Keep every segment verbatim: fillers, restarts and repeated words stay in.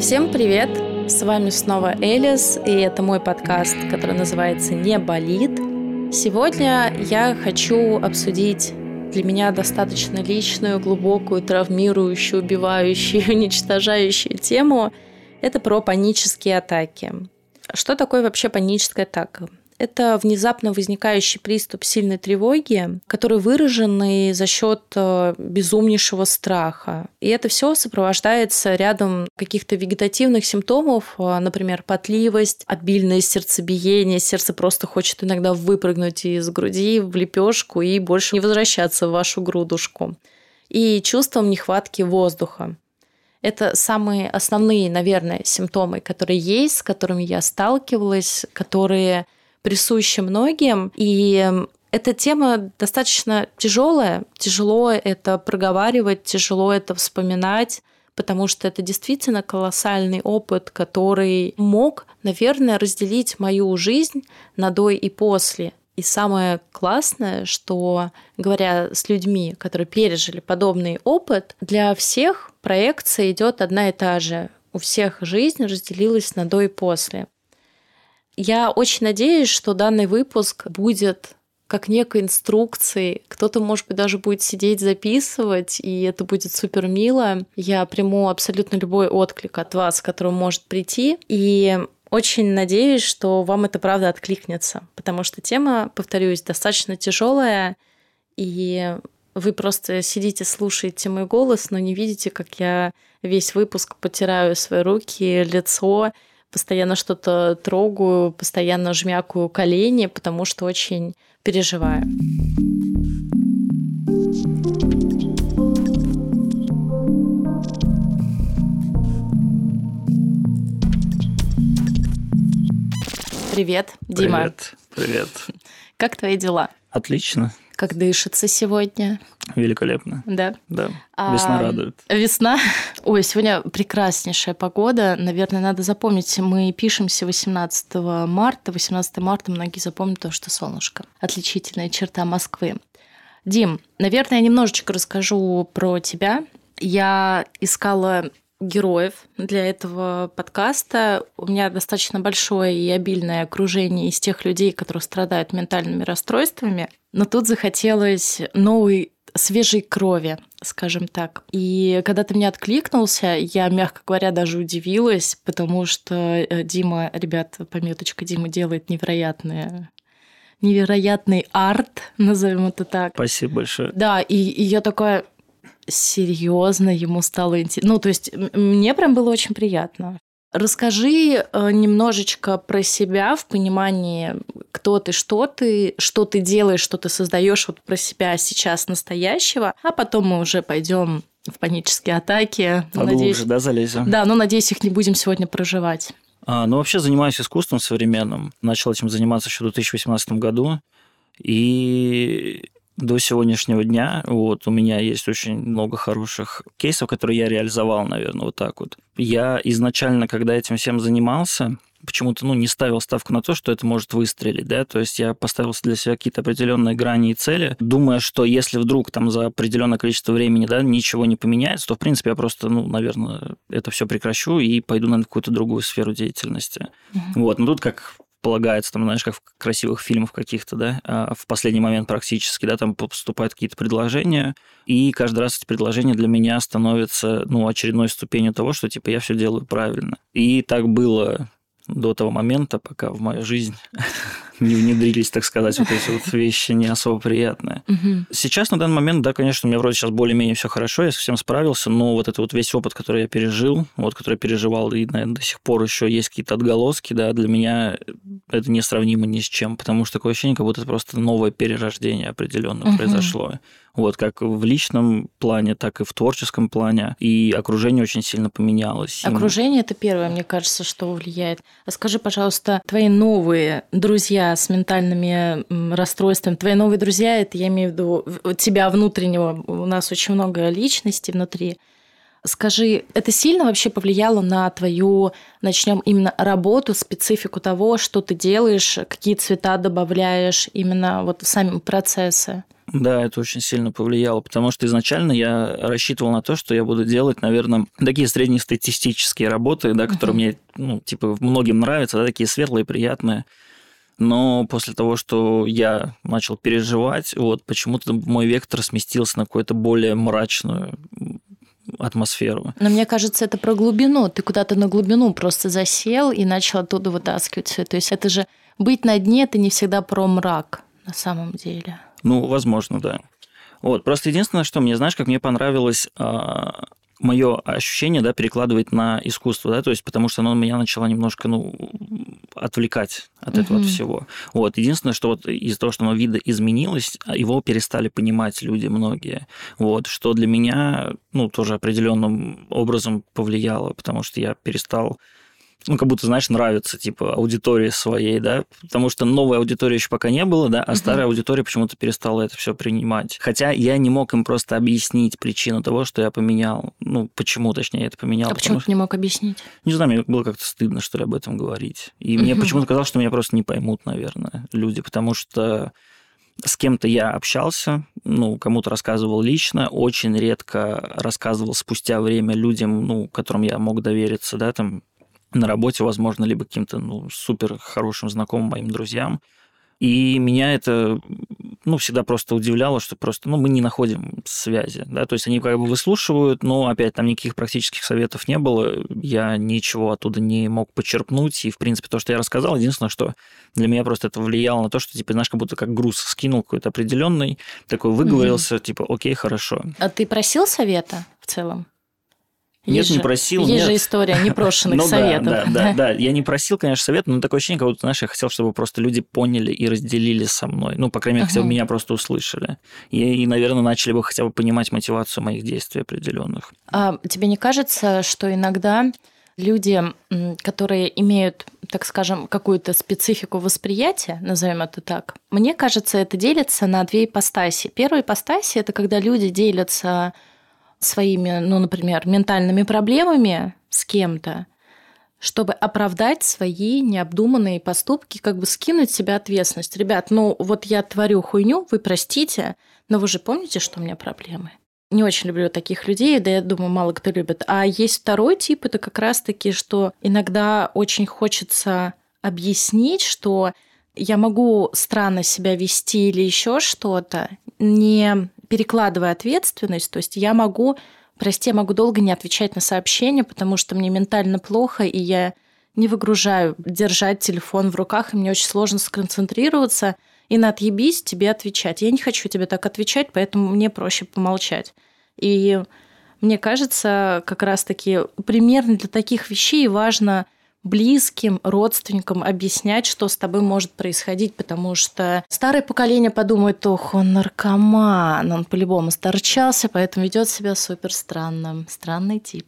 Всем привет! С вами снова Элис, и это мой подкаст, который называется «Не болит». Сегодня я хочу обсудить для меня достаточно личную, глубокую, травмирующую, убивающую, уничтожающую тему. Это про панические атаки. Что такое вообще паническая атака? Это внезапно возникающий приступ сильной тревоги, который выраженный за счет безумнейшего страха. И это все сопровождается рядом каких-то вегетативных симптомов, например, потливость, обильное сердцебиение, сердце просто хочет иногда выпрыгнуть из груди в лепешку и больше не возвращаться в вашу грудушку. И чувством нехватки воздуха. Это самые основные, наверное, симптомы, которые есть, с которыми я сталкивалась, которые присущи многим. И эта тема достаточно тяжелая. Тяжело это проговаривать, тяжело это вспоминать, потому что это действительно колоссальный опыт, который мог, наверное, разделить мою жизнь на до и после. И самое классное, что, говоря с людьми, которые пережили подобный опыт, для всех проекция идет одна и та же. У всех жизнь разделилась на до и после. Я очень надеюсь, что данный выпуск будет как некой инструкцией. Кто-то, может быть, даже будет сидеть, записывать, и это будет супер мило. Я приму абсолютно любой отклик от вас, который может прийти. И очень надеюсь, что вам это правда откликнется, потому что тема, повторюсь, достаточно тяжелая, и вы просто сидите, слушаете мой голос, но не видите, как я весь выпуск потираю свои руки, лицо, постоянно что-то трогаю, постоянно жмякаю колени, потому что очень переживаю. Привет, Дима. Привет, привет. Как твои дела? Отлично. Как дышится сегодня? Великолепно. Да? Да. Весна а, радует. Весна? Ой, сегодня прекраснейшая погода. Наверное, надо запомнить, мы пишемся восемнадцатого марта. восемнадцатого марта многие запомнят то, что солнышко. Отличительная черта Москвы. Дим, наверное, я немножечко расскажу про тебя. Я искала героев для этого подкаста. У меня достаточно большое и обильное окружение из тех людей, которые страдают ментальными расстройствами. Но тут захотелось новой, свежей крови, скажем так. И когда ты мне откликнулся, я, мягко говоря, даже удивилась, потому что Дима, ребят, пометочка, Дима делает невероятные... невероятный арт, назовем это так. Спасибо большое. Да, и, и я такая... Серьезно, ему стало интересно. Ну, то есть, мне прям было очень приятно. Расскажи немножечко про себя в понимании, кто ты, что ты, что ты делаешь, что ты создаешь вот про себя сейчас настоящего, а потом мы уже пойдем в панические атаки. Поглубже, надеюсь, да, залезем? Да, но, надеюсь, их не будем сегодня проживать. А, ну, вообще занимаюсь искусством современным. Начал этим заниматься еще в две тысячи восемнадцатом году. И... до сегодняшнего дня вот, у меня есть очень много хороших кейсов, которые я реализовал, наверное, вот так вот. Я изначально, когда этим всем занимался, почему-то ну, не ставил ставку на то, что это может выстрелить, да, то есть я поставил для себя какие-то определенные грани и цели, думая, что если вдруг там за определенное количество времени, да, ничего не поменяется, то, в принципе, я просто, ну, наверное, это все прекращу и пойду на какую-то другую сферу деятельности. Mm-hmm. Вот, но тут как... полагается, там, знаешь, как в красивых фильмах каких-то, да, в последний момент практически, да, там поступают какие-то предложения, и каждый раз эти предложения для меня становятся, ну, очередной ступенью того, что, типа, я все делаю правильно. И так было до того момента, пока в мою жизнь не внедрились, так сказать, вот эти вот вещи не особо приятные. Угу. Сейчас, на данный момент, да, конечно, у меня вроде сейчас более-менее все хорошо, я со всем справился, но вот это вот весь опыт, который я пережил, вот, который я переживал, и, наверное, до сих пор еще есть какие-то отголоски, да, для меня это несравнимо ни с чем, потому что такое ощущение, как будто это просто новое перерождение определенно угу. произошло. Вот, как в личном плане, так и в творческом плане. И окружение очень сильно поменялось. Окружение – это первое, мне кажется, что влияет. А скажи, пожалуйста, твои новые друзья с ментальными расстройствами, твои новые друзья, это я имею в виду тебя внутреннего, у нас очень много личностей внутри. Скажи, это сильно вообще повлияло на твою, начнем именно работу, специфику того, что ты делаешь, какие цвета добавляешь, именно вот в сами процессы? Да, это очень сильно повлияло, потому что изначально я рассчитывал на то, что я буду делать, наверное, такие среднестатистические работы, да, которые uh-huh. мне, ну, типа, многим нравятся, да, такие светлые, приятные. Но после того, что я начал переживать, вот почему-то мой вектор сместился на какую-то более мрачную атмосферу. Но мне кажется, это про глубину. Ты куда-то на глубину просто засел и начал оттуда вытаскивать все. То есть это же быть на дне – это не всегда про мрак на самом деле. Ну, возможно, да. Вот. Просто единственное, что мне, знаешь, как мне понравилось а, мое ощущение, да, перекладывать на искусство, да, то есть потому что оно меня начало немножко, ну, отвлекать от этого uh-huh. всего. Вот. Единственное, что вот из-за того, что оно видоизменилось, его перестали понимать люди многие. Вот. Что для меня, ну, тоже определенным образом повлияло, потому что я перестал, ну, как будто, знаешь, нравится, типа, аудитории своей, да, потому что новой аудитории еще пока не было, да, а uh-huh. старая аудитория почему-то перестала это все принимать. Хотя я не мог им просто объяснить причину того, что я поменял, ну, почему, точнее, я это поменял. А почему что... ты не мог объяснить? Не знаю, мне было как-то стыдно, что ли, об этом говорить. И uh-huh. мне почему-то казалось, что меня просто не поймут, наверное, люди, потому что с кем-то я общался, ну, кому-то рассказывал лично, очень редко рассказывал спустя время людям, ну, которым я мог довериться, да, там, на работе, возможно, либо каким-то, ну, супер хорошим знакомым моим друзьям. И меня это, ну, всегда просто удивляло, что просто, ну, мы не находим связи, да, то есть они как бы выслушивают, но, опять, там никаких практических советов не было, я ничего оттуда не мог почерпнуть, и, в принципе, то, что я рассказал, единственное, что для меня просто это влияло на то, что, типа, знаешь, как будто как груз скинул какой-то определенный, такой выговорился, mm-hmm. типа, окей, хорошо. А ты просил совета в целом? Нет, есть не же, просил. Есть нет. же история непрошенных ну, советов. Да, да, да, да. Я не просил, конечно, совет, но такое ощущение, как будто, знаешь, я хотел, чтобы просто люди поняли и разделили со мной. Ну, по крайней мере, хотя бы меня просто услышали. И, и, наверное, начали бы хотя бы понимать мотивацию моих действий определенных. А тебе не кажется, что иногда люди, которые имеют, так скажем, какую-то специфику восприятия, назовем это так, мне кажется, это делится на две ипостаси. Первая ипостась – это когда люди делятся своими, ну, например, ментальными проблемами с кем-то, чтобы оправдать свои необдуманные поступки, как бы скинуть с себя ответственность. Ребят, ну вот я творю хуйню, вы простите, но вы же помните, что у меня проблемы. Не очень люблю таких людей, да я думаю, мало кто любит. А есть второй тип, это как раз-таки, что иногда очень хочется объяснить, что я могу странно себя вести или еще что-то, не перекладывая ответственность, то есть я могу, прости, я могу долго не отвечать на сообщения, потому что мне ментально плохо, и я не выгружаю держать телефон в руках, и мне очень сложно сконцентрироваться и на отъебись тебе отвечать. Я не хочу тебе так отвечать, поэтому мне проще помолчать. И мне кажется, как раз-таки примерно для таких вещей важно близким, родственникам объяснять, что с тобой может происходить, потому что старое поколение подумает, ох, он наркоман, он по-любому сторчался, поэтому ведет себя супер странно. Странный тип.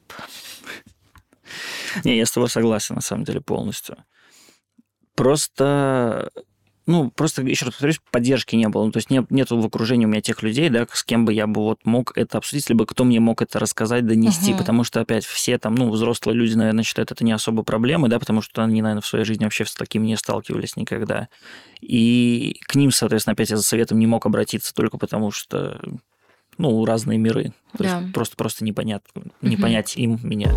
Не, я с тобой согласен, на самом деле, полностью. Просто... Ну, просто, еще раз повторюсь, поддержки не было. Ну, то есть нет, нету в окружении у меня тех людей, да, с кем бы я бы вот мог это обсудить, либо кто мне мог это рассказать, донести, uh-huh. потому что, опять, все там, ну, взрослые люди, наверное, считают это не особо проблемой, да, потому что они, наверное, в своей жизни вообще с таким не сталкивались никогда. И к ним, соответственно, опять я за советом не мог обратиться только потому, что, ну, разные миры. То yeah. есть просто, просто непонятно, не uh-huh. понять им меня.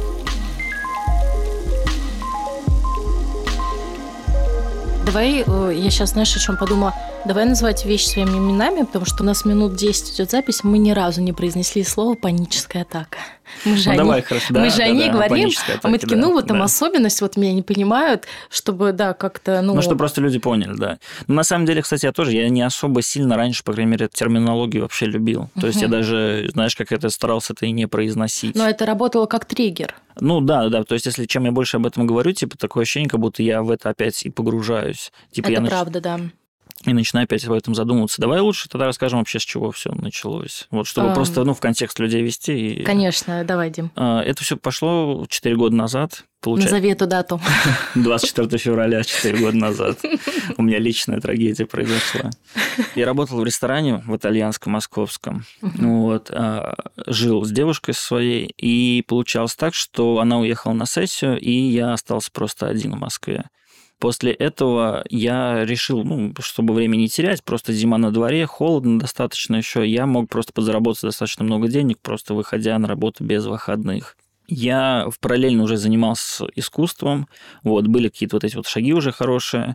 Давай, я сейчас, знаешь, о чем подумала? Давай называть вещи своими именами, потому что у нас минут десять идет запись, мы ни разу не произнесли слово «паническая атака». Мы же, ну, они, давай, хорошо, да, мы же да, о ней да, говорим, атаки, а мы такие, ну, да, вот там да. особенность, вот меня не понимают, чтобы, да, как-то, ну... Ну, чтобы просто люди поняли, да. Но на самом деле, кстати, я тоже, я не особо сильно раньше, по крайней мере, терминологию вообще любил. То uh-huh. есть я даже, знаешь, как это старался это и не произносить. Но это работало как триггер. Ну, да, да, то есть если чем я больше об этом говорю, типа, такое ощущение, как будто я в это опять и погружаюсь. Типа, это я правда, нач... да. и начинаю опять об этом задумываться. Давай лучше тогда расскажем вообще, с чего все началось. Вот, чтобы а... просто ну, в контекст людей вести. И... Конечно, давай, Дим. Это все пошло четыре года назад. Получается... Назови эту дату. двадцать четвёртого февраля, четыре года назад. У меня личная трагедия произошла. Я работал в ресторане в итальянском, московском. Вот. Жил с девушкой своей. И получалось так, что она уехала на сессию, и я остался просто один в Москве. После этого я решил, ну, чтобы время не терять, просто зима на дворе, холодно достаточно еще, я мог просто подзаработать достаточно много денег, просто выходя на работу без выходных. Я в параллельно уже занимался искусством, вот, были какие-то вот эти вот шаги уже хорошие,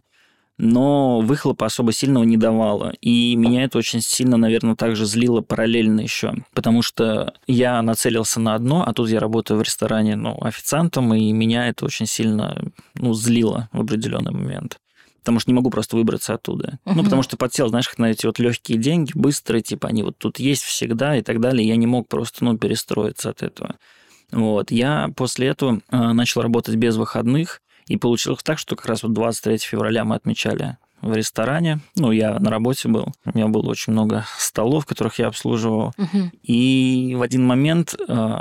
но выхлопа особо сильного не давало. И меня это очень сильно, наверное, также злило параллельно еще, потому что я нацелился на одно, а тут я работаю в ресторане, ну, официантом, и меня это очень сильно, ну, злило в определенный момент. Потому что не могу просто выбраться оттуда. Uh-huh. Ну, потому что подсел, знаешь, как на эти вот легкие деньги, быстрые, типа, они вот тут есть всегда и так далее. Я не мог просто, ну, перестроиться от этого. Вот. Я после этого начал работать без выходных, и получилось так, что как раз вот двадцать третьего февраля мы отмечали в ресторане. Ну, я на работе был. У меня было очень много столов, которых я обслуживал. Uh-huh. И в один момент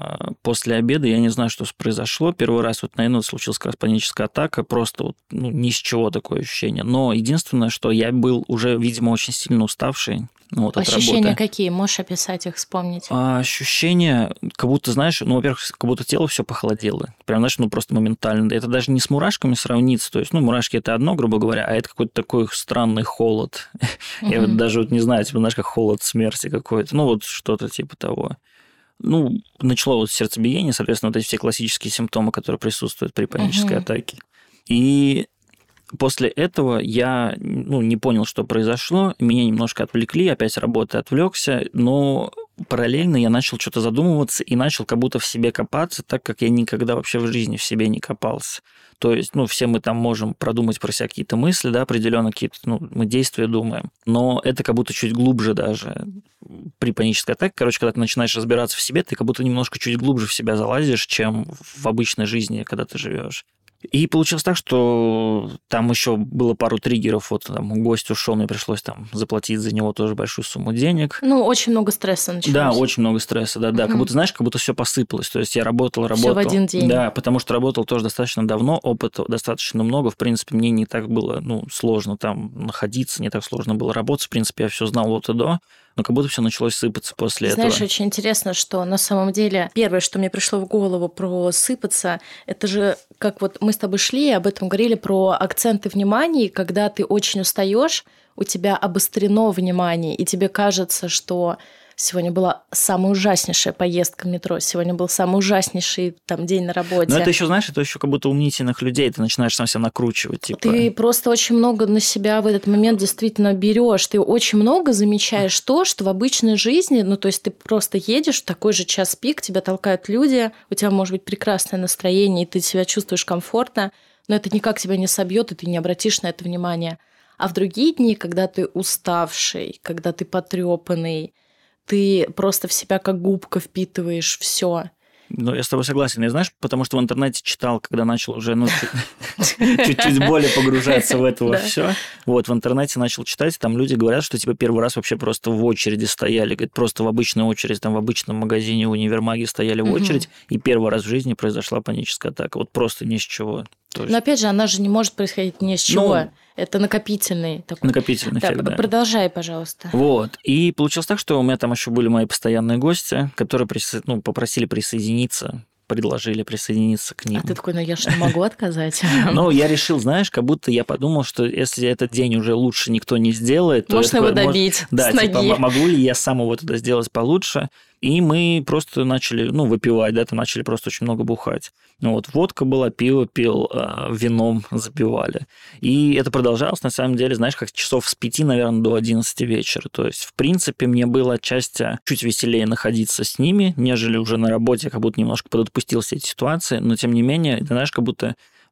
после обеда, я не знаю, что произошло, первый раз вот, наверное, случилась как раз паническая атака, просто вот, ну, ни с чего такое ощущение. Но единственное, что я был уже, видимо, очень сильно уставший. Вот, ощущения какие? Можешь описать их, вспомнить? А, ощущения, как будто, знаешь, ну, во-первых, как будто тело все похолодело. Прям, знаешь, ну, просто моментально. Это даже не с мурашками сравнится. То есть, ну, мурашки – это одно, грубо говоря, а это какой-то такой странный холод. Mm-hmm. Я вот даже вот не знаю, типа, знаешь, как холод смерти какой-то. Ну, вот что-то типа того. Ну, начало вот сердцебиение, соответственно, вот эти все классические симптомы, которые присутствуют при панической mm-hmm. атаке. И... После этого я ну, не понял, что произошло, меня немножко отвлекли, опять работы отвлекся, но параллельно я начал что-то задумываться и начал как будто в себе копаться, так как я никогда вообще в жизни в себе не копался. То есть, ну, все мы там можем продумать про себя какие-то мысли, да, определенно какие-то, ну, мы действия думаем, но это как будто чуть глубже даже при панической атаке. Короче, когда ты начинаешь разбираться в себе, ты как будто немножко чуть глубже в себя залазишь, чем в обычной жизни, когда ты живешь. И получилось так, что там еще было пару триггеров. Вот там гость ушел, мне пришлось там заплатить за него тоже большую сумму денег. Ну, очень много стресса началось. Да, очень много стресса, да, да. Угу. Как будто, знаешь, как будто все посыпалось. То есть я работал, работал. Все в один день. Да, потому что работал тоже достаточно давно, опыта достаточно много. В принципе, мне не так было, ну, сложно там находиться, не так сложно было работать. В принципе, я все знал от и до. Но как будто все началось сыпаться после Знаешь, этого. Знаешь, очень интересно, что на самом деле первое, что мне пришло в голову про сыпаться, это же, как вот мы с тобой шли и об этом говорили, про акценты внимания, когда ты очень устаешь, у тебя обострено внимание, и тебе кажется, что сегодня была самая ужаснейшая поездка в метро, сегодня был самый ужаснейший там день на работе. Но это еще, знаешь, это еще как будто у мнительных людей, ты начинаешь сам себя накручивать. Типа... Ты просто очень много на себя в этот момент действительно берешь, ты очень много замечаешь то, что в обычной жизни, ну то есть ты просто едешь в такой же час пик, тебя толкают люди, у тебя может быть прекрасное настроение, и ты себя чувствуешь комфортно, но это никак тебя не собьет, и ты не обратишь на это внимание. А в другие дни, когда ты уставший, когда ты потрепанный, ты просто в себя как губка впитываешь все. Ну, я с тобой согласен. Я, знаешь, потому что в интернете читал, когда начал уже ну, чуть-чуть более погружаться в это все. Вот, в интернете начал читать, там люди говорят, что типа первый раз вообще просто в очереди стояли, говорит, просто в обычной очереди, там в обычном магазине, универмаге стояли в очередь, и первый раз в жизни произошла паническая атака. Вот просто ни с чего. Есть... Но опять же, она же не может происходить ни с чего. Ну, это накопительный такой. Накопительный эффект, да. Продолжай, пожалуйста. Вот. И получилось так, что у меня там еще были мои постоянные гости, которые ну, попросили присоединиться, предложили присоединиться к ним. А ты такой, ну я же не могу отказать. Ну, я решил, знаешь, как будто я подумал, что если этот день уже лучше никто не сделает, то... Можно его добить Да, типа, могу ли я сам его туда сделать получше? И мы просто начали, ну, выпивать, да, там начали просто очень много бухать. Ну, вот водка была, пиво пил, вином запивали. И это продолжалось, на самом деле, знаешь, как часов с пяти, наверное, до одиннадцати вечера. То есть, в принципе, мне было отчасти чуть веселее находиться с ними, нежели уже на работе, как будто немножко подотпустил все эти ситуации. Но, тем не менее, ты знаешь, как будто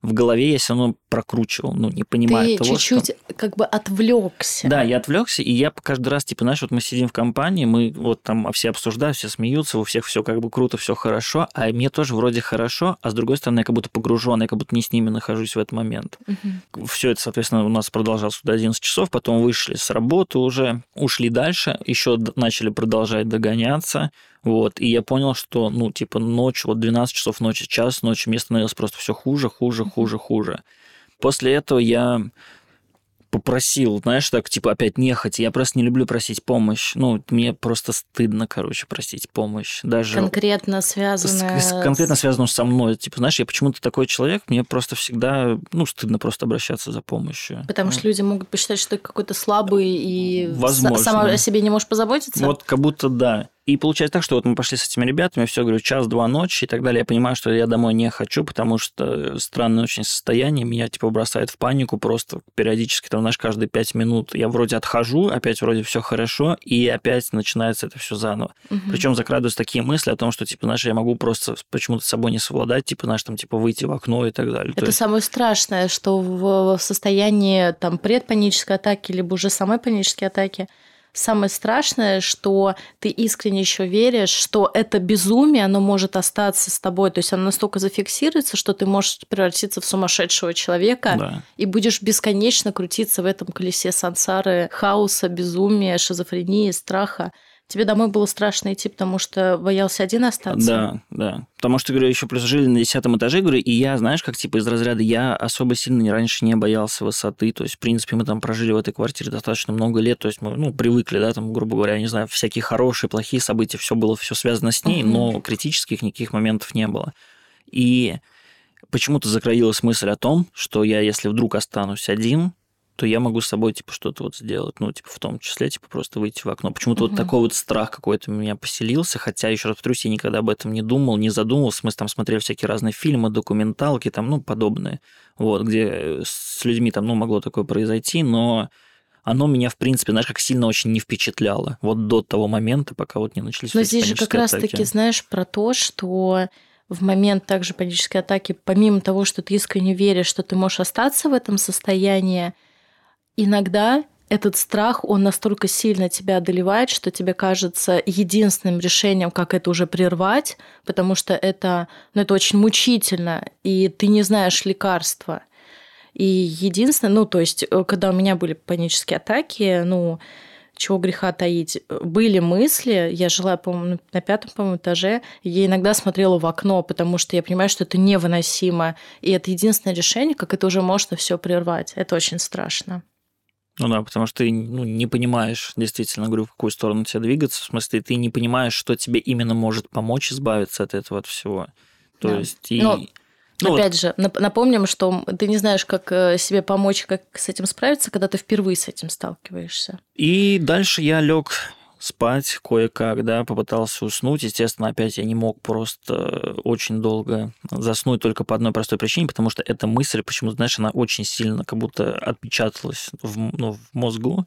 в голове я все равно прокручивал, ну, не понимая Ты того, чуть-чуть что... как бы отвлекся. Да, я отвлекся, и я каждый раз, типа, знаешь, вот мы сидим в компании, мы вот там все обсуждают, все смеются, у всех все как бы круто, все хорошо, а мне тоже вроде хорошо, а с другой стороны, я как будто погружен, я как будто не с ними нахожусь в этот момент. Угу. Все это, соответственно, у нас продолжалось до одиннадцати часов, потом вышли с работы уже, ушли дальше, еще начали продолжать догоняться, вот, и я понял, что, ну, типа, ночью, вот двенадцать часов ночи, час ночи, мне становилось просто все хуже, хуже, хуже, хуже. После этого я попросил, знаешь, так, типа, опять нехотя. Я просто не люблю просить помощь. Ну, мне просто стыдно, короче, просить помощь. Даже конкретно связанная... С, конкретно связанную со мной. Типа, знаешь, я почему-то такой человек, мне просто всегда, ну, стыдно просто обращаться за помощью. Потому ну. что люди могут посчитать, что ты какой-то слабый и Возможно. сам о себе не можешь позаботиться? Вот как будто да. И получается так, что вот мы пошли с этими ребятами, все, говорю, час-два ночи и так далее. Я понимаю, что я домой не хочу, потому что странное очень состояние меня, типа, бросает в панику просто периодически, там, знаешь, каждые пять минут. Я вроде отхожу, опять вроде все хорошо, и опять начинается это все заново. Угу. Причем закрадываются такие мысли о том, что, типа, знаешь, я могу просто почему-то с собой не совладать, типа, знаешь, там, типа, выйти в окно и так далее. Это есть... самое страшное, что в состоянии, там, предпанической атаки, либо уже самой панической атаки, самое страшное, что ты искренне еще веришь, что это безумие, оно может остаться с тобой. То есть оно настолько зафиксируется, что ты можешь превратиться в сумасшедшего человека, да. и будешь бесконечно крутиться в этом колесе сансары, хаоса, безумия, шизофрении, страха. Тебе домой было страшно идти, потому что боялся один остаться? Да, да. Потому что, говорю, еще плюс жили на десятом этаже, говорю, и я, знаешь, как типа из разряда, я особо сильно раньше не боялся высоты, то есть, в принципе, мы там прожили в этой квартире достаточно много лет, то есть мы, ну, привыкли, да, там, грубо говоря, не знаю, всякие хорошие, плохие события, все было, все связано с ней, uh-huh. но критических никаких моментов не было. И почему-то закроилась мысль о том, что я, если вдруг останусь один, то я могу с собой, типа, что-то вот сделать, ну, типа, в том числе, типа, просто выйти в окно. Почему-то uh-huh. вот такой вот страх какой-то у меня поселился, хотя, еще раз повторюсь, я никогда об этом не думал, не задумывался, мы там смотрели всякие разные фильмы, документалки, там, ну, подобные, вот, где с людьми там, ну, могло такое произойти, но оно меня, в принципе, знаешь, как сильно очень не впечатляло, вот до того момента, пока вот не начались но здесь же как раз-таки, знаешь, про то, что... в момент также панической атаки, помимо того, что ты искренне веришь, что ты можешь остаться в этом состоянии, иногда этот страх, он настолько сильно тебя одолевает, что тебе кажется единственным решением, как это уже прервать, потому что это, ну, это очень мучительно, и ты не знаешь лекарства. И единственное, ну, то есть, когда у меня были панические атаки, ну, чего греха таить, были мысли, я жила, по-моему, на пятом, по-моему, этаже, и я иногда смотрела в окно, потому что я понимаю, что это невыносимо, и это единственное решение, как это уже можно все прервать. Это очень страшно. Ну да, потому что ты, ну, не понимаешь, действительно, говорю, в какую сторону тебе двигаться, в смысле, ты не понимаешь, что тебе именно может помочь избавиться от этого от всего. То да. есть... И... Но... Ну, Опять вот. же, напомним, что ты не знаешь, как себе помочь, как с этим справиться, когда ты впервые с этим сталкиваешься. И дальше я лег спать кое-как, да, попытался уснуть. Естественно, опять я не мог просто очень долго заснуть только по одной простой причине, потому что эта мысль, почему-то, знаешь, она очень сильно как будто отпечаталась в, ну, в мозгу,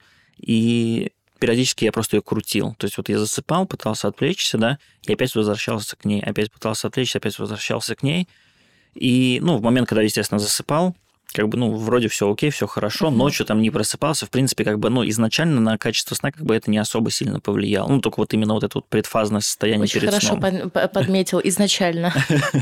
и периодически я просто ее крутил. То есть вот я засыпал, пытался отвлечься, да, и опять возвращался к ней, опять пытался отвлечься, опять возвращался к ней. И, ну, в момент, когда, естественно, засыпал, как бы, ну, вроде все окей, все хорошо, uh-huh. ночью там не просыпался, в принципе, как бы, ну, изначально на качество сна как бы это не особо сильно повлияло. Ну, только вот именно вот это вот предфазное состояние очень перед сном. Очень хорошо подметил изначально.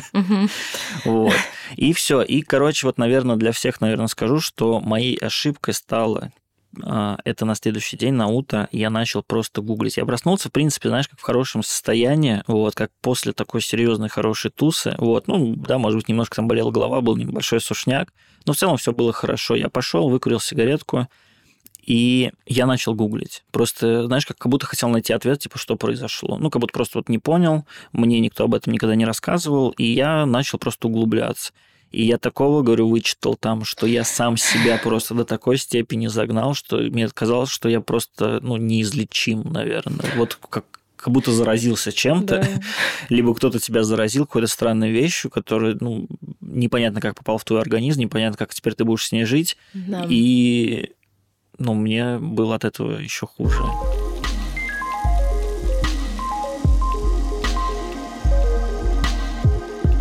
Вот. И все. И, короче, вот, наверное, для всех, наверное, скажу, что моей ошибкой стало... это на следующий день, на утро, я начал просто гуглить. Я проснулся, в принципе, знаешь, как в хорошем состоянии, вот, как после такой серьезной хорошей тусы, вот, ну, да, может быть, немножко там болела голова, был небольшой сушняк, но в целом все было хорошо. Я пошел, выкурил сигаретку, и я начал гуглить. Просто, знаешь, как, как будто хотел найти ответ, типа, что произошло. Ну, как будто просто вот не понял, мне никто об этом никогда не рассказывал, и я начал просто углубляться. И я такого, говорю, вычитал там, что я сам себя просто до такой степени загнал, что мне казалось, что я просто, ну, неизлечим, наверное. Вот как, как будто заразился чем-то, да. Либо кто-то тебя заразил какой-то странной вещью, которая, ну, непонятно, как попал в твой организм, непонятно, как теперь ты будешь с ней жить. Да. И, ну, мне было от этого еще хуже.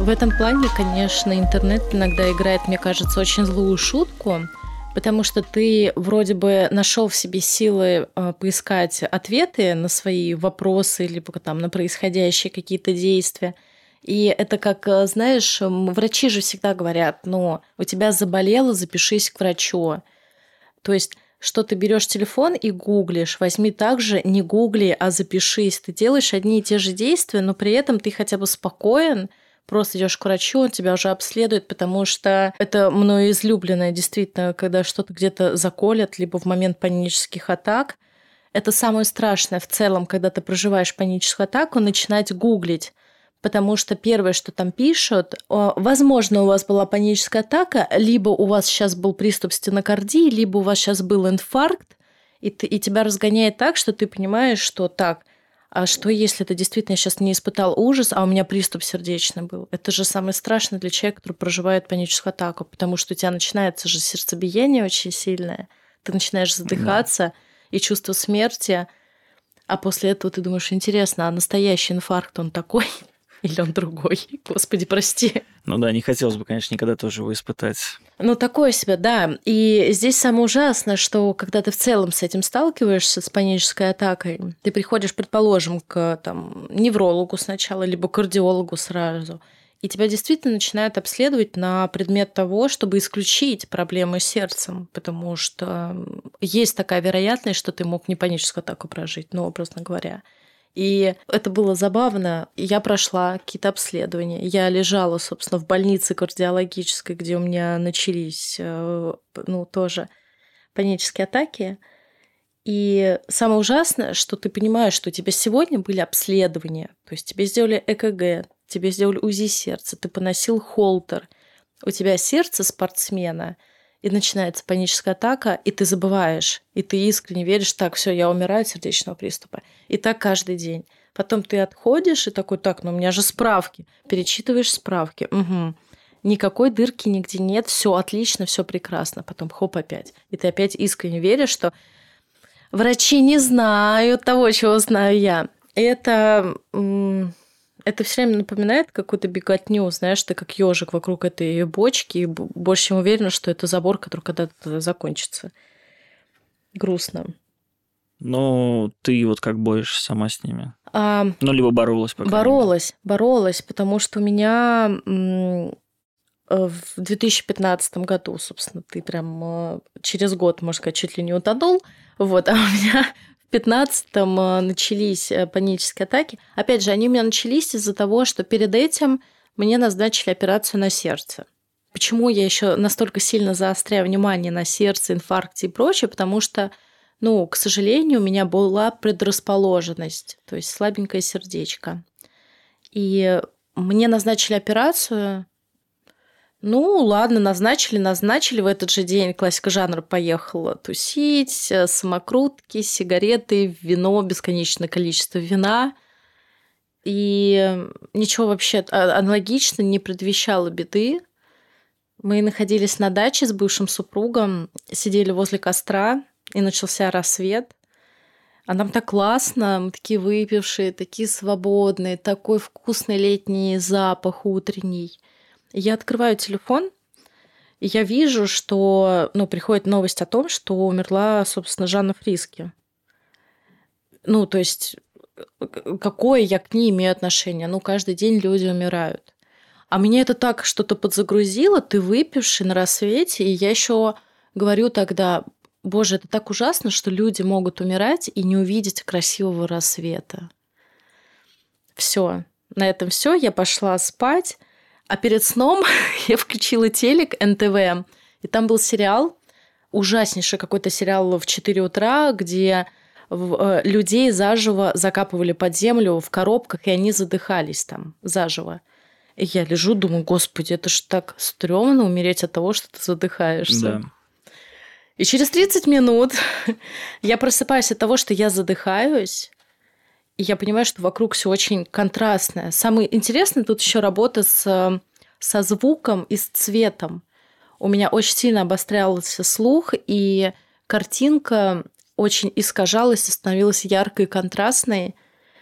В этом плане, конечно, интернет иногда играет, мне кажется, очень злую шутку, потому что ты вроде бы нашел в себе силы э, поискать ответы на свои вопросы, либо там на происходящие какие-то действия. И это как, знаешь, врачи же всегда говорят, ну, у тебя заболело, запишись к врачу. То есть, что ты берешь телефон и гуглишь, возьми также, не гугли, а запишись. Ты делаешь одни и те же действия, но при этом ты хотя бы спокоен, просто идешь к врачу, он тебя уже обследует, потому что это мною излюбленное, действительно, когда что-то где-то заколят, либо в момент панических атак. Это самое страшное в целом, когда ты проживаешь паническую атаку, начинать гуглить. Потому что первое, что там пишут, возможно, у вас была паническая атака, либо у вас сейчас был приступ стенокардии, либо у вас сейчас был инфаркт, и, ты, и тебя разгоняет так, что ты понимаешь, что так, а что если ты действительно сейчас не испытал ужас, а у меня приступ сердечный был? Это же самое страшное для человека, который проживает паническую атаку, потому что у тебя начинается же сердцебиение очень сильное, ты начинаешь задыхаться, да. И чувство смерти, а после этого ты думаешь, интересно, а настоящий инфаркт, он такой? Или он другой? Господи, прости. Ну да, не хотелось бы, конечно, никогда тоже его испытать. Ну, такое себе, да. И здесь самое ужасное, что когда ты в целом с этим сталкиваешься, с панической атакой, ты приходишь, предположим, к там, неврологу сначала, либо к кардиологу сразу, и тебя действительно начинают обследовать на предмет того, чтобы исключить проблемы с сердцем, потому что есть такая вероятность, что ты мог не паническую атаку прожить, ну, образно говоря. И это было забавно. Я прошла какие-то обследования. Я лежала, собственно, в больнице кардиологической, где у меня начались, ну, тоже панические атаки. И самое ужасное, что ты понимаешь, что у тебя сегодня были обследования. То есть тебе сделали ЭКГ, тебе сделали УЗИ сердца, ты поносил холтер. У тебя сердце спортсмена, и начинается паническая атака, и ты забываешь, и ты искренне веришь, так, все, я умираю от сердечного приступа. И так каждый день. Потом ты отходишь и такой, так, ну у меня же справки. Перечитываешь справки. Угу. Никакой дырки нигде нет, все отлично, все прекрасно. Потом хоп, опять. И ты опять искренне веришь, что врачи не знают того, чего знаю я. Это... Это все время напоминает какую-то беготню, знаешь, ты как ежик вокруг этой бочки, и больше чем уверена, что это забор, который когда-то закончится. Грустно. Ну, ты вот как борешься сама с ними? А, ну, либо боролась, пока. Боролась, боролась, потому что у меня в две тысячи пятнадцатом году, собственно, ты прям через год, можно сказать, чуть ли не утонул, вот, а у меня... В пятнадцатом начались панические атаки. Опять же, они у меня начались из-за того, что перед этим мне назначили операцию на сердце. Почему я еще настолько сильно заостряю внимание на сердце, инфаркте и прочее? Потому что, ну, к сожалению, у меня была предрасположенность, то есть слабенькое сердечко. И мне назначили операцию. Ну, ладно, назначили, назначили. В этот же день классика жанра поехала тусить, самокрутки, сигареты, вино, бесконечное количество вина. И ничего вообще аналогично не предвещало беды. Мы находились на даче с бывшим супругом, сидели возле костра, и начался рассвет. А нам так классно, мы такие выпившие, такие свободные, такой вкусный летний запах утренний. Я открываю телефон, и я вижу, что ну, приходит новость о том, что умерла, собственно, Жанна Фриске. Ну, то есть, какое я к ней имею отношение? Ну, каждый день люди умирают. А меня это так что-то подзагрузило, ты выпивший на рассвете, и я еще говорю тогда, боже, это так ужасно, что люди могут умирать и не увидеть красивого рассвета. Все, на этом все, я пошла спать. А перед сном я включила телек эн тэ вэ, и там был сериал, ужаснейший какой-то сериал в четыре утра, где людей заживо закапывали под землю в коробках, и они задыхались там заживо. И я лежу, думаю, господи, это ж так стрёмно умереть от того, что ты задыхаешься. Да. И через тридцать минут я просыпаюсь от того, что я задыхаюсь, и я понимаю, что вокруг все очень контрастное. Самое интересное тут еще работа с, со звуком и с цветом. У меня очень сильно обострялся слух, и картинка очень искажалась и становилась яркой и контрастной.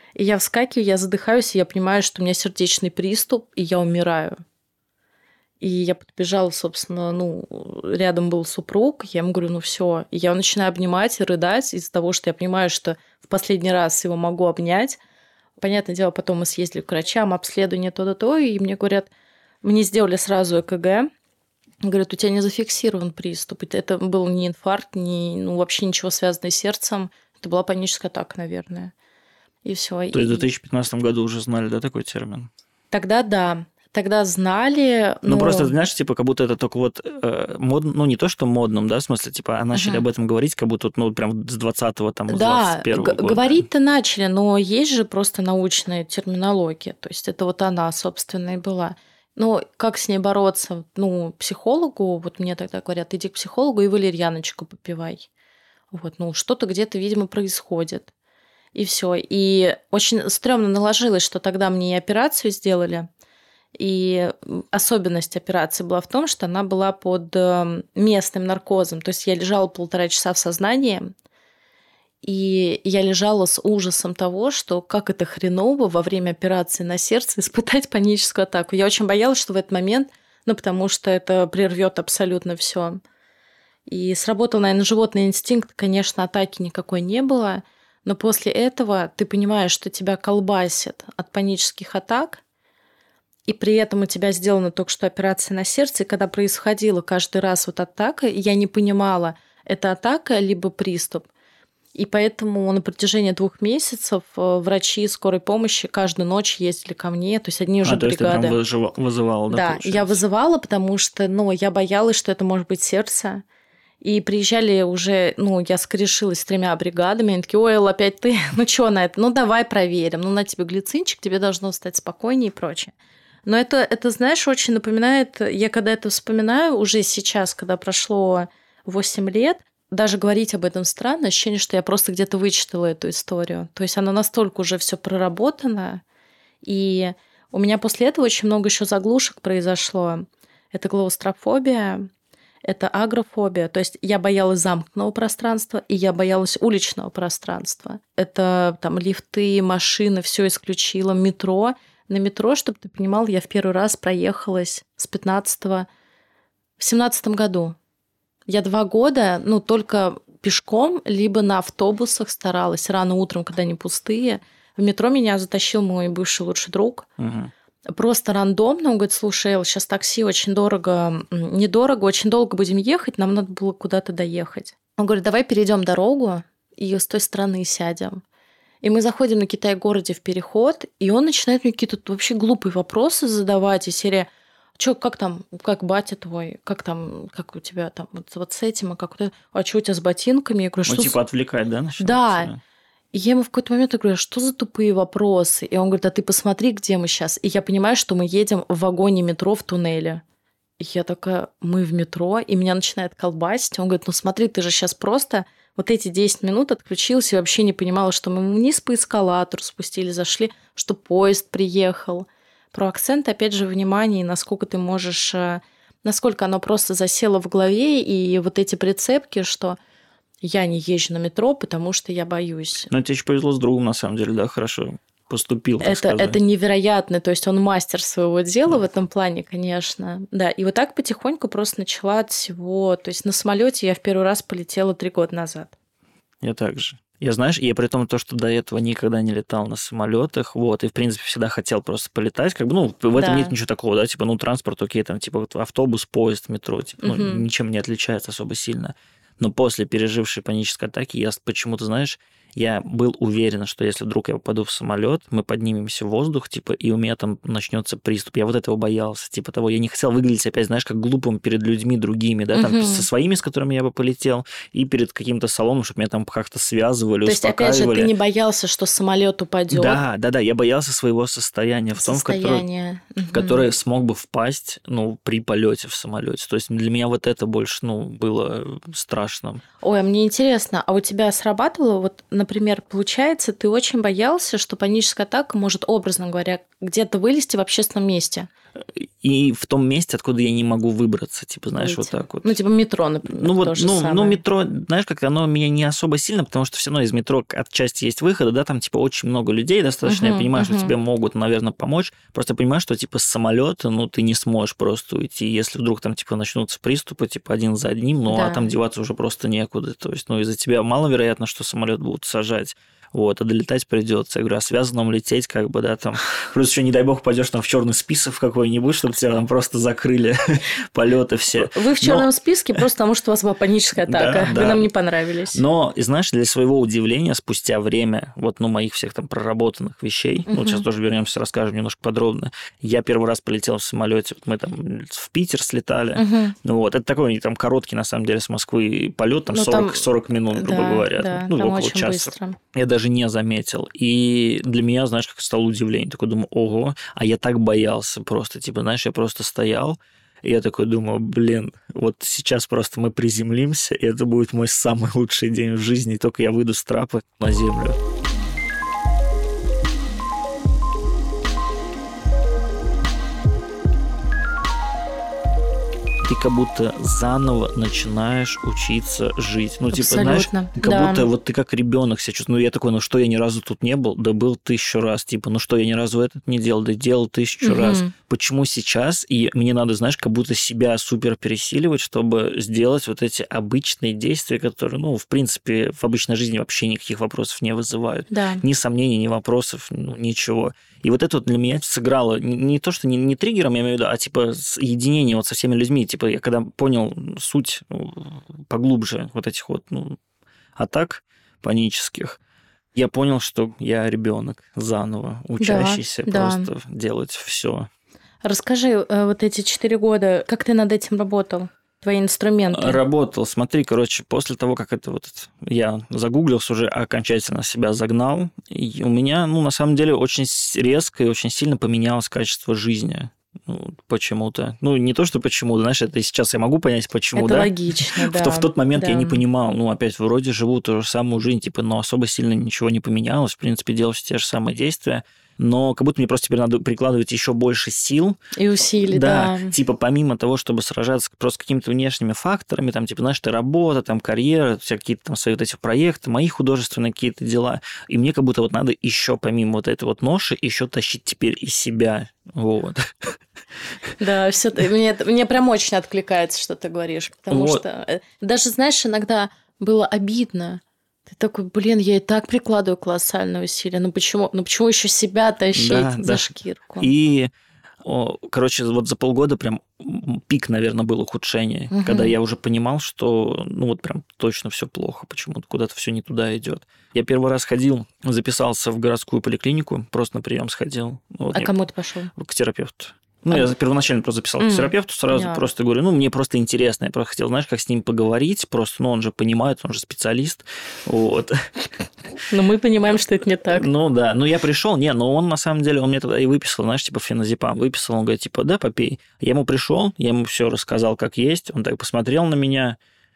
И я вскакиваю, я задыхаюсь, и я понимаю, что у меня сердечный приступ, и я умираю. И я подбежала, собственно, ну, рядом был супруг, я ему говорю, ну все. И я его начинаю обнимать и рыдать из-за того, что я понимаю, что в последний раз его могу обнять. Понятное дело, потом мы съездили к врачам, обследование то-то-то, и мне говорят, мне сделали сразу ЭКГ, говорят, у тебя не зафиксирован приступ. Это был не инфаркт, не, ну, вообще ничего связанное с сердцем. Это была паническая атака, наверное. И все. То есть в две тысячи пятнадцатом году уже знали, да, такой термин? Тогда да. Тогда знали, но... Ну, просто, знаешь, типа, как будто это только вот э, мод... ну, не то, что модным, да, в смысле, типа, начали uh-huh. об этом говорить, как будто, ну, прям с двадцатого, там, с двадцать первого да, года. Да, говорить-то начали, но есть же просто научная терминология, то есть это вот она, собственно, и была. Ну, как с ней бороться? Ну, психологу, вот мне тогда говорят, иди к психологу и валерьяночку попивай. Вот, ну, что-то где-то, видимо, происходит. И все. И очень стрёмно наложилось, что тогда мне и операцию сделали. И особенность операции была в том, что она была под местным наркозом. То есть я лежала полтора часа в сознании, и я лежала с ужасом того, что как это хреново во время операции на сердце испытать паническую атаку. Я очень боялась, что в этот момент, ну, потому что это прервет абсолютно все. И сработал, наверное, животный инстинкт. Конечно, атаки никакой не было, но после этого ты понимаешь, что тебя колбасит от панических атак, и при этом у тебя сделана только что операция на сердце, и когда происходила каждый раз вот атака, я не понимала, это атака либо приступ. И поэтому на протяжении двух месяцев врачи скорой помощи каждую ночь ездили ко мне, то есть одни уже а, бригады. То есть ты прям вызывала, да? Да, получается? я вызывала, потому что, ну, я боялась, что это может быть сердце. И приезжали уже, ну, я скорешилась с тремя бригадами, они такие, ой, Эл, опять ты, ну, что на это? Ну, давай проверим, ну, на тебе глицинчик, тебе должно стать спокойнее и прочее. Но это, это, знаешь, очень напоминает, я когда это вспоминаю, уже сейчас, когда прошло восемь лет, даже говорить об этом странно, ощущение, что я просто где-то вычитала эту историю. То есть она настолько уже все проработано, и у меня после этого очень много еще заглушек произошло. Это клаустрофобия, это агрофобия. То есть я боялась замкнутого пространства, и я боялась уличного пространства. Это там лифты, машины, все исключила, метро. На метро, чтобы ты понимал, я в первый раз проехалась с пятнадцатого в семнадцатом году. Я два года, ну, только пешком, либо на автобусах старалась рано утром, когда они пустые. В метро меня затащил мой бывший лучший друг. Угу. Просто рандомно. Он говорит, слушай, Эл, сейчас такси очень дорого, недорого, очень долго будем ехать, нам надо было куда-то доехать. Он говорит, давай перейдем дорогу и с той стороны сядем. И мы заходим на Китай-городе в переход, и он начинает мне какие-то вообще глупые вопросы задавать, и серия, чё, как там, как батя твой, как там, как у тебя там, вот, вот с этим, а как вот, а что у тебя с ботинками? Я говорю, ну, что... типа отвлекать, да, начинается? Да. И я ему в какой-то момент говорю, что за тупые вопросы? И он говорит, а ты посмотри, где мы сейчас. И я понимаю, что мы едем в вагоне метро в туннеле. И я такая, мы в метро, и меня начинает колбасить. Он говорит, ну смотри, ты же сейчас просто... Вот эти десять минут отключилась и вообще не понимала, что мы вниз по эскалатору спустили, зашли, что поезд приехал. Про акцент, опять же, внимание, насколько ты можешь... Насколько оно просто засело в голове, и вот эти прицепки, что я не езжу на метро, потому что я боюсь. Ну, тебе еще повезло с другом, на самом деле, да, хорошо поступил, так это, сказать. Это невероятно, то есть он мастер своего дела да. В этом плане, конечно. Да, и вот так потихоньку просто начала от всего. То есть на самолете я в первый раз полетела три года назад. Я также. Я, знаешь, я при том, то, что до этого никогда не летал на самолетах, вот, и, в принципе, всегда хотел просто полетать, как бы, ну, в этом да. нет ничего такого, да, типа, ну, транспорт, окей, там, типа, автобус, поезд, метро, типа, ну, угу. ничем не отличается особо сильно. Но после пережившей панической атаки я почему-то, знаешь, я был уверен, что если вдруг я попаду в самолет, мы поднимемся в воздух, типа, и у меня там начнется приступ. Я вот этого боялся, типа того. Я не хотел выглядеть опять, знаешь, как глупым перед людьми другими, да, там, угу. со своими, с которыми я бы полетел, и перед каким-то салоном, чтобы меня там как-то связывали, то успокаивали. То есть, опять же, ты не боялся, что самолет упадет. Да, да, да, я боялся своего состояния, в том, в которое, угу. в которое смог бы впасть, ну, при полете в самолете. То есть для меня вот это больше, ну, было страшно. Ой, а мне интересно, а у тебя срабатывало, вот, например, получается, ты очень боялся, что паническая атака может, образно говоря, где-то вылезти в общественном месте? и в том месте, откуда я не могу выбраться, типа, знаешь, Выйти. вот так вот. Ну, типа метро, например, ну, вот, то же ну, самое. ну, метро, знаешь, как оно меня не особо сильно, потому что все равно из метро отчасти есть выходы, да, там, типа, очень много людей достаточно, uh-huh, я понимаю, uh-huh. что тебе могут, наверное, помочь, просто понимаю, что, типа, с самолета, ну, ты не сможешь просто уйти, если вдруг там, типа, начнутся приступы, типа, один за одним, ну, да. а там деваться уже просто некуда, то есть, ну, из-за тебя маловероятно, что самолет будут сажать. Вот, а долетать придется. Я говорю, а связанным лететь, как бы, да, там. Плюс еще, не дай бог, пойдешь там в черный список какой-нибудь, чтобы тебя там просто закрыли полеты все. Вы в черном Но... списке просто потому, что у вас была паническая атака. Да, Вы да. нам не понравились. Но, и знаешь, для своего удивления, спустя время, вот, ну, моих всех там проработанных вещей, угу. ну, сейчас тоже вернемся, расскажем немножко подробно. Я первый раз полетел в самолете, вот мы там в Питер слетали. Угу. Ну, вот, это такой там короткий, на самом деле, с Москвы полет, там, ну, сорок, там сорок минут, грубо да, говоря. Да, ну, там около очень часа. Быстро. Я даже не заметил. И для меня, знаешь, как стало удивление. Такой думаю, ого, а я так боялся просто. Типа, знаешь, я просто стоял, и я такой думаю, блин, вот сейчас просто мы приземлимся, и это будет мой самый лучший день в жизни, и только я выйду с трапа на землю. Ты как будто заново начинаешь учиться жить. Ну, Абсолютно. типа, знаешь, как да. будто вот ты как ребенок себя чувствуешь. Ну, я такой, ну что, я ни разу тут не был? Да был тысячу раз. Типа, ну что, я ни разу этот не делал? Да делал тысячу угу. раз. Почему сейчас? И мне надо, знаешь, как будто себя супер пересиливать, чтобы сделать вот эти обычные действия, которые, ну, в принципе, в обычной жизни вообще никаких вопросов не вызывают. Да. Ни сомнений, ни вопросов, ну, ничего. И вот это вот для меня сыграло не то, что не, не триггером, я имею в виду, а типа единение вот со всеми людьми. Типа я когда понял суть ну, поглубже вот этих вот ну, атак панических, я понял, что я ребенок заново, учащийся да, просто да. делать все. Расскажи, вот эти четыре года, как ты над этим работал? Твои инструменты? Работал. Смотри, короче, после того, как это вот я загуглился, уже окончательно себя загнал, и у меня, ну, на самом деле, очень резко и очень сильно поменялось качество жизни. Ну, почему-то. Ну, не то, что почему-то, знаешь, это сейчас я могу понять, почему, это да? логично, да. В, в тот момент да. я не понимал. Ну, опять, вроде живу ту же самую жизнь, типа, но особо сильно ничего не поменялось. В принципе, делал все те же самые действия. Но как будто мне просто теперь надо прикладывать еще больше сил. И усилий, да. да. Типа, помимо того, чтобы сражаться просто с какими-то внешними факторами, там, типа, знаешь, ты работа, там, карьера, все какие-то там свои вот эти проекты, мои художественные какие-то дела. И мне как будто вот надо еще помимо вот этой вот ноши еще тащить теперь из себя. Вот. Да, все, мне, мне прям очень откликается, что ты говоришь. Потому вот. что даже, знаешь, иногда было обидно. Ты такой, блин, я и так прикладываю колоссальное усилие. Ну почему, ну почему еще себя тащить да, за да. шкирку? И, о, короче, вот за полгода прям пик, наверное, был ухудшение, угу. когда я уже понимал, что, ну вот прям точно все плохо, почему-то куда-то все не туда идет. Я первый раз ходил, записался в городскую поликлинику, просто на прием сходил. Вот а кому ты пошел? К терапевту. Ну, а... я первоначально просто записал mm. к терапевту сразу, yeah. просто говорю, ну, мне просто интересно, я просто хотел, знаешь, как с ним поговорить, просто, ну, он же понимает, он же специалист, вот. Но мы понимаем, что это не так. Ну, да, ну, я пришел, не, но он, на самом деле, он мне тогда и выписал, знаешь, типа, феназепам, выписал, он говорит, типа, да, попей. Я ему пришел, я ему все рассказал, как есть, он так посмотрел на меня,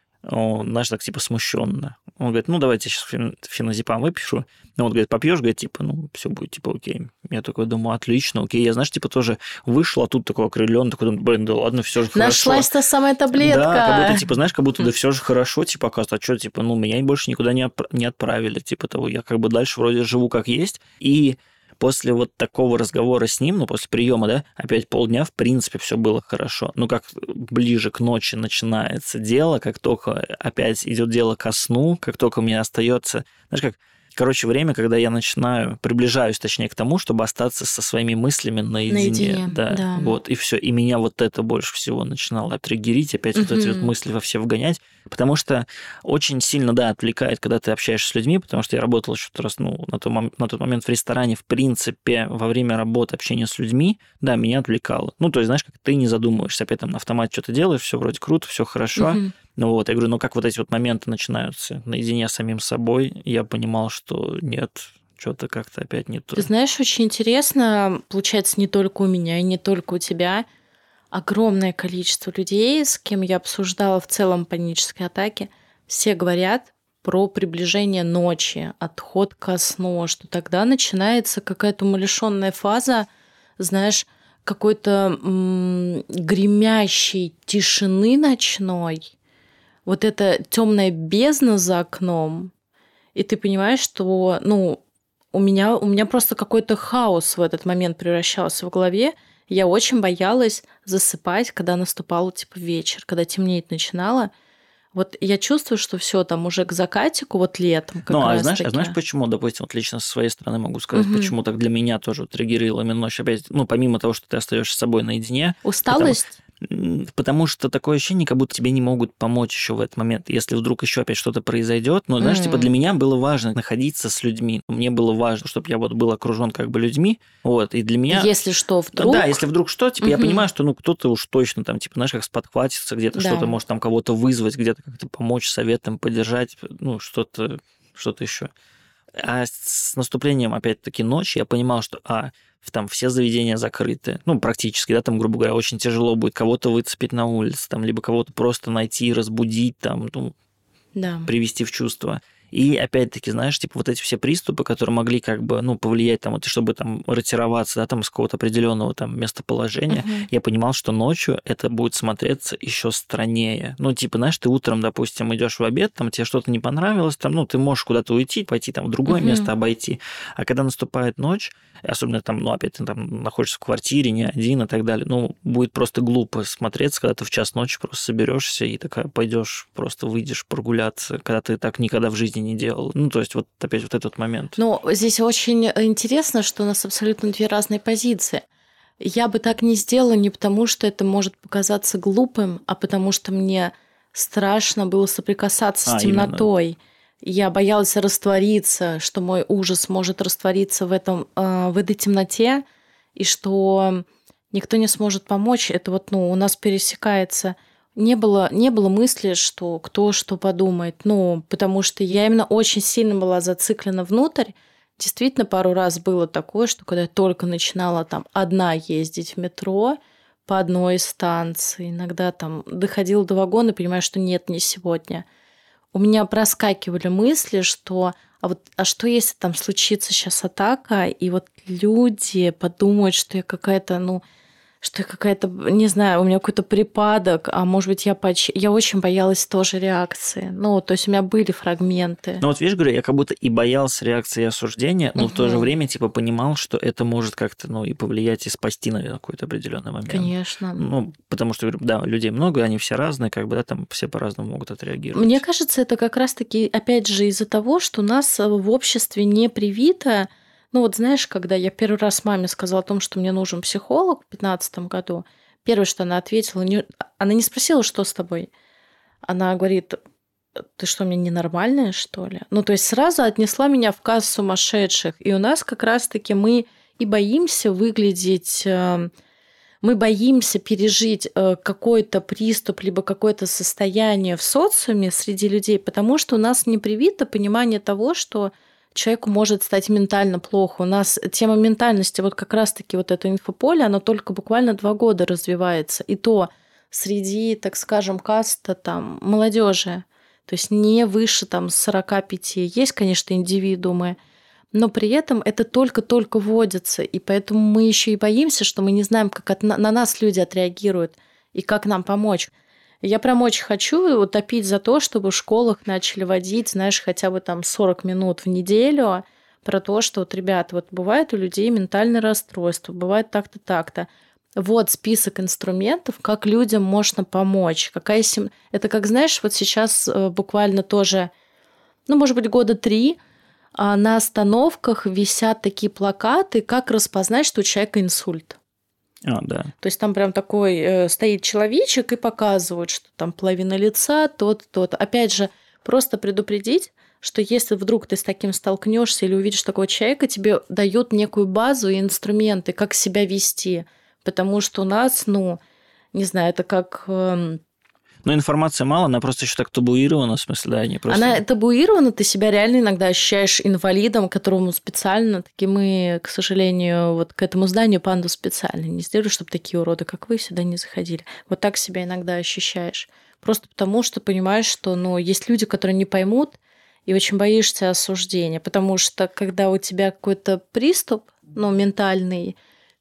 он, знаешь, так, типа, смущенно. Он говорит, ну, давайте я сейчас феназепам выпишу. Ну, он говорит, попьешь, говорит, типа, ну, все будет, типа, окей. Я такой думаю, отлично, окей. Я, знаешь, типа, тоже вышел, а тут такой окрылённый, такой думаю, блин, да ладно, все же хорошо. Нашлась та самая таблетка. Да, как будто, типа, знаешь, как будто, да все же хорошо, типа, оказывается, а что, типа, ну, меня больше никуда не, отп- не отправили, типа того. Я как бы дальше вроде живу как есть. И после вот такого разговора с ним, ну, после приема, да, опять полдня, в принципе, все было хорошо. Ну, как ближе к ночи начинается дело, как только опять идет дело ко сну, как только у меня остается, знаешь, как, короче, время, когда я начинаю, приближаюсь, точнее, к тому, чтобы остаться со своими мыслями наедине. Наедине, да, да. Вот, и все. И меня вот это больше всего начинало триггерить, опять угу. вот эти вот мысли во все вгонять, потому что очень сильно, да, отвлекает, когда ты общаешься с людьми, потому что я работал еще раз, ну, на тот, момент, на тот момент в ресторане, в принципе, во время работы, общения с людьми, да, меня отвлекало. Ну, то есть, знаешь, как ты не задумываешься, опять там на автомате что-то делаешь, все вроде круто, все хорошо. Угу. Ну вот, я говорю, ну как вот эти вот моменты начинаются наедине с самим собой, я понимал, что нет, что-то как-то опять не то. Ты знаешь, очень интересно, получается, не только у меня и не только у тебя, огромное количество людей, с кем я обсуждала в целом панические атаки, все говорят про приближение ночи, отход ко сну, что тогда начинается какая-то умалишенная фаза, знаешь, какой-то м- гремящей тишины ночной, вот эта темная бездна за окном, и ты понимаешь, что, ну, у меня, у меня просто какой-то хаос в этот момент превращался в голове. Я очень боялась засыпать, когда наступал типа вечер, когда темнеть начинало. Вот я чувствую, что все там уже к закатику, вот летом как ну, а раз знаешь, таки. а знаешь, почему, допустим, вот лично со своей стороны могу сказать, Мгм. почему так для меня тоже вот триггерила именно ночь, опять, ну, помимо того, что ты остаешься с собой наедине. Усталость? Потому, потому что такое ощущение, как будто тебе не могут помочь еще в этот момент, если вдруг еще опять что-то произойдет. Но, знаешь, типа для М. меня было важно находиться с людьми. Мне было важно, чтобы я вот был окружен как бы людьми. Вот, и для меня... Если что, вдруг. Да, если вдруг что, типа, я Мгм. понимаю, что ну кто-то уж точно там, типа, знаешь, как сподхватится где-то, Да. что-то может там кого-то вызвать, где-то как-то помочь, советом поддержать, ну, что-то, что-то еще. А с наступлением, опять-таки, ночи я понимал, что, а, там все заведения закрыты, ну, практически, да, там, грубо говоря, очень тяжело будет кого-то выцепить на улице, там, либо кого-то просто найти, разбудить, там, ну, Да. привести в чувство. И опять-таки, знаешь, типа вот эти все приступы, которые могли как бы, ну, повлиять там, вот, чтобы там ретироваться, да, там из какого-то определенного там местоположения, Мгм. я понимал, что ночью это будет смотреться еще страннее. Ну, типа, знаешь, ты утром, допустим, идешь в обед, там тебе что-то не понравилось, там, ну, ты можешь куда-то уйти, пойти там в другое Мгм. место обойти. А когда наступает ночь, особенно там, ну, опять ты там находишься в квартире, не один и так далее, ну, будет просто глупо смотреться, когда ты в час ночи просто соберешься и такая пойдешь, просто выйдешь прогуляться, когда ты так никогда в жизни не делал. Ну, то есть вот опять вот этот момент. Ну, здесь очень интересно, что у нас абсолютно две разные позиции. Я бы так не сделала не потому, что это может показаться глупым, а потому что мне страшно было соприкасаться А, с темнотой. Я боялась раствориться, что мой ужас может раствориться в, этом, э, в этой темноте, и что никто не сможет помочь. Это вот, ну, у нас пересекается. Не было, не было мысли, что кто что подумает. Ну, потому что я именно очень сильно была зациклена внутрь. Действительно, пару раз было такое, что когда я только начинала там одна ездить в метро по одной из станций, иногда там доходила до вагона и понимаю, что нет, не сегодня. У меня проскакивали мысли, что а вот а что если там случится сейчас атака, и вот люди подумают, что я какая-то, ну, что я какая-то, не знаю, у меня какой-то припадок, а может быть, я поч... я очень боялась тоже реакции. Ну, то есть у меня были фрагменты. Ну вот видишь, говорю, я как будто и боялся реакции и осуждения, но Мгм. в то же время типа понимал, что это может как-то, ну, и повлиять, и спасти, наверное, какой-то определенный момент. Конечно. Ну, потому что, говорю, да, людей много, они все разные, как бы, да, там все по-разному могут отреагировать. Мне кажется, это как раз-таки, опять же, из-за того, что нас в обществе не привито. Ну вот знаешь, когда я первый раз маме сказала о том, что мне нужен психолог в две тысячи пятнадцатом году, первое, что она ответила, не... она не спросила, что с тобой. Она говорит, ты что, мне ненормальная, что ли? Ну, то есть сразу отнесла меня в кассу сумасшедших. И у нас как раз-таки мы и боимся выглядеть... Мы боимся пережить какой-то приступ, либо какое-то состояние в социуме среди людей, потому что у нас не привито понимание того, что человеку может стать ментально плохо. У нас тема ментальности, вот как раз-таки вот это инфополе, оно только буквально два года развивается. И то среди, так скажем, каста там молодежи, то есть не выше там сорока пяти. Есть, конечно, индивидуумы, но при этом это только-только вводится, и поэтому мы еще и боимся, что мы не знаем, как от, на нас люди отреагируют и как нам помочь. Я прям очень хочу утопить за то, чтобы в школах начали водить, знаешь, хотя бы там сорок минут в неделю про то, что вот, ребят, вот бывает у людей ментальное расстройство, бывает так-то, так-то. Вот список инструментов, как людям можно помочь. Какая сем... Это как, знаешь, вот сейчас буквально тоже, ну, может быть, года три на остановках висят такие плакаты, как распознать, что у человека инсульт. А, да. То есть там прям такой э, стоит человечек и показывают, что там половина лица, тот, тот. Опять же, просто предупредить, что если вдруг ты с таким столкнешься или увидишь такого человека, тебе дают некую базу и инструменты, как себя вести. Потому что у нас, ну, не знаю, это как... Э, Но информации мало, она просто еще так табуирована, в смысле, да, они просто... Она табуирована, ты себя реально иногда ощущаешь инвалидом, которому специально, таки мы, к сожалению, вот к этому зданию панду специально не сделали, чтобы такие уроды, как вы, сюда не заходили. Вот так себя иногда ощущаешь. Просто потому, что понимаешь, что, ну, есть люди, которые не поймут, и очень боишься осуждения, потому что когда у тебя какой-то приступ, ну, ментальный,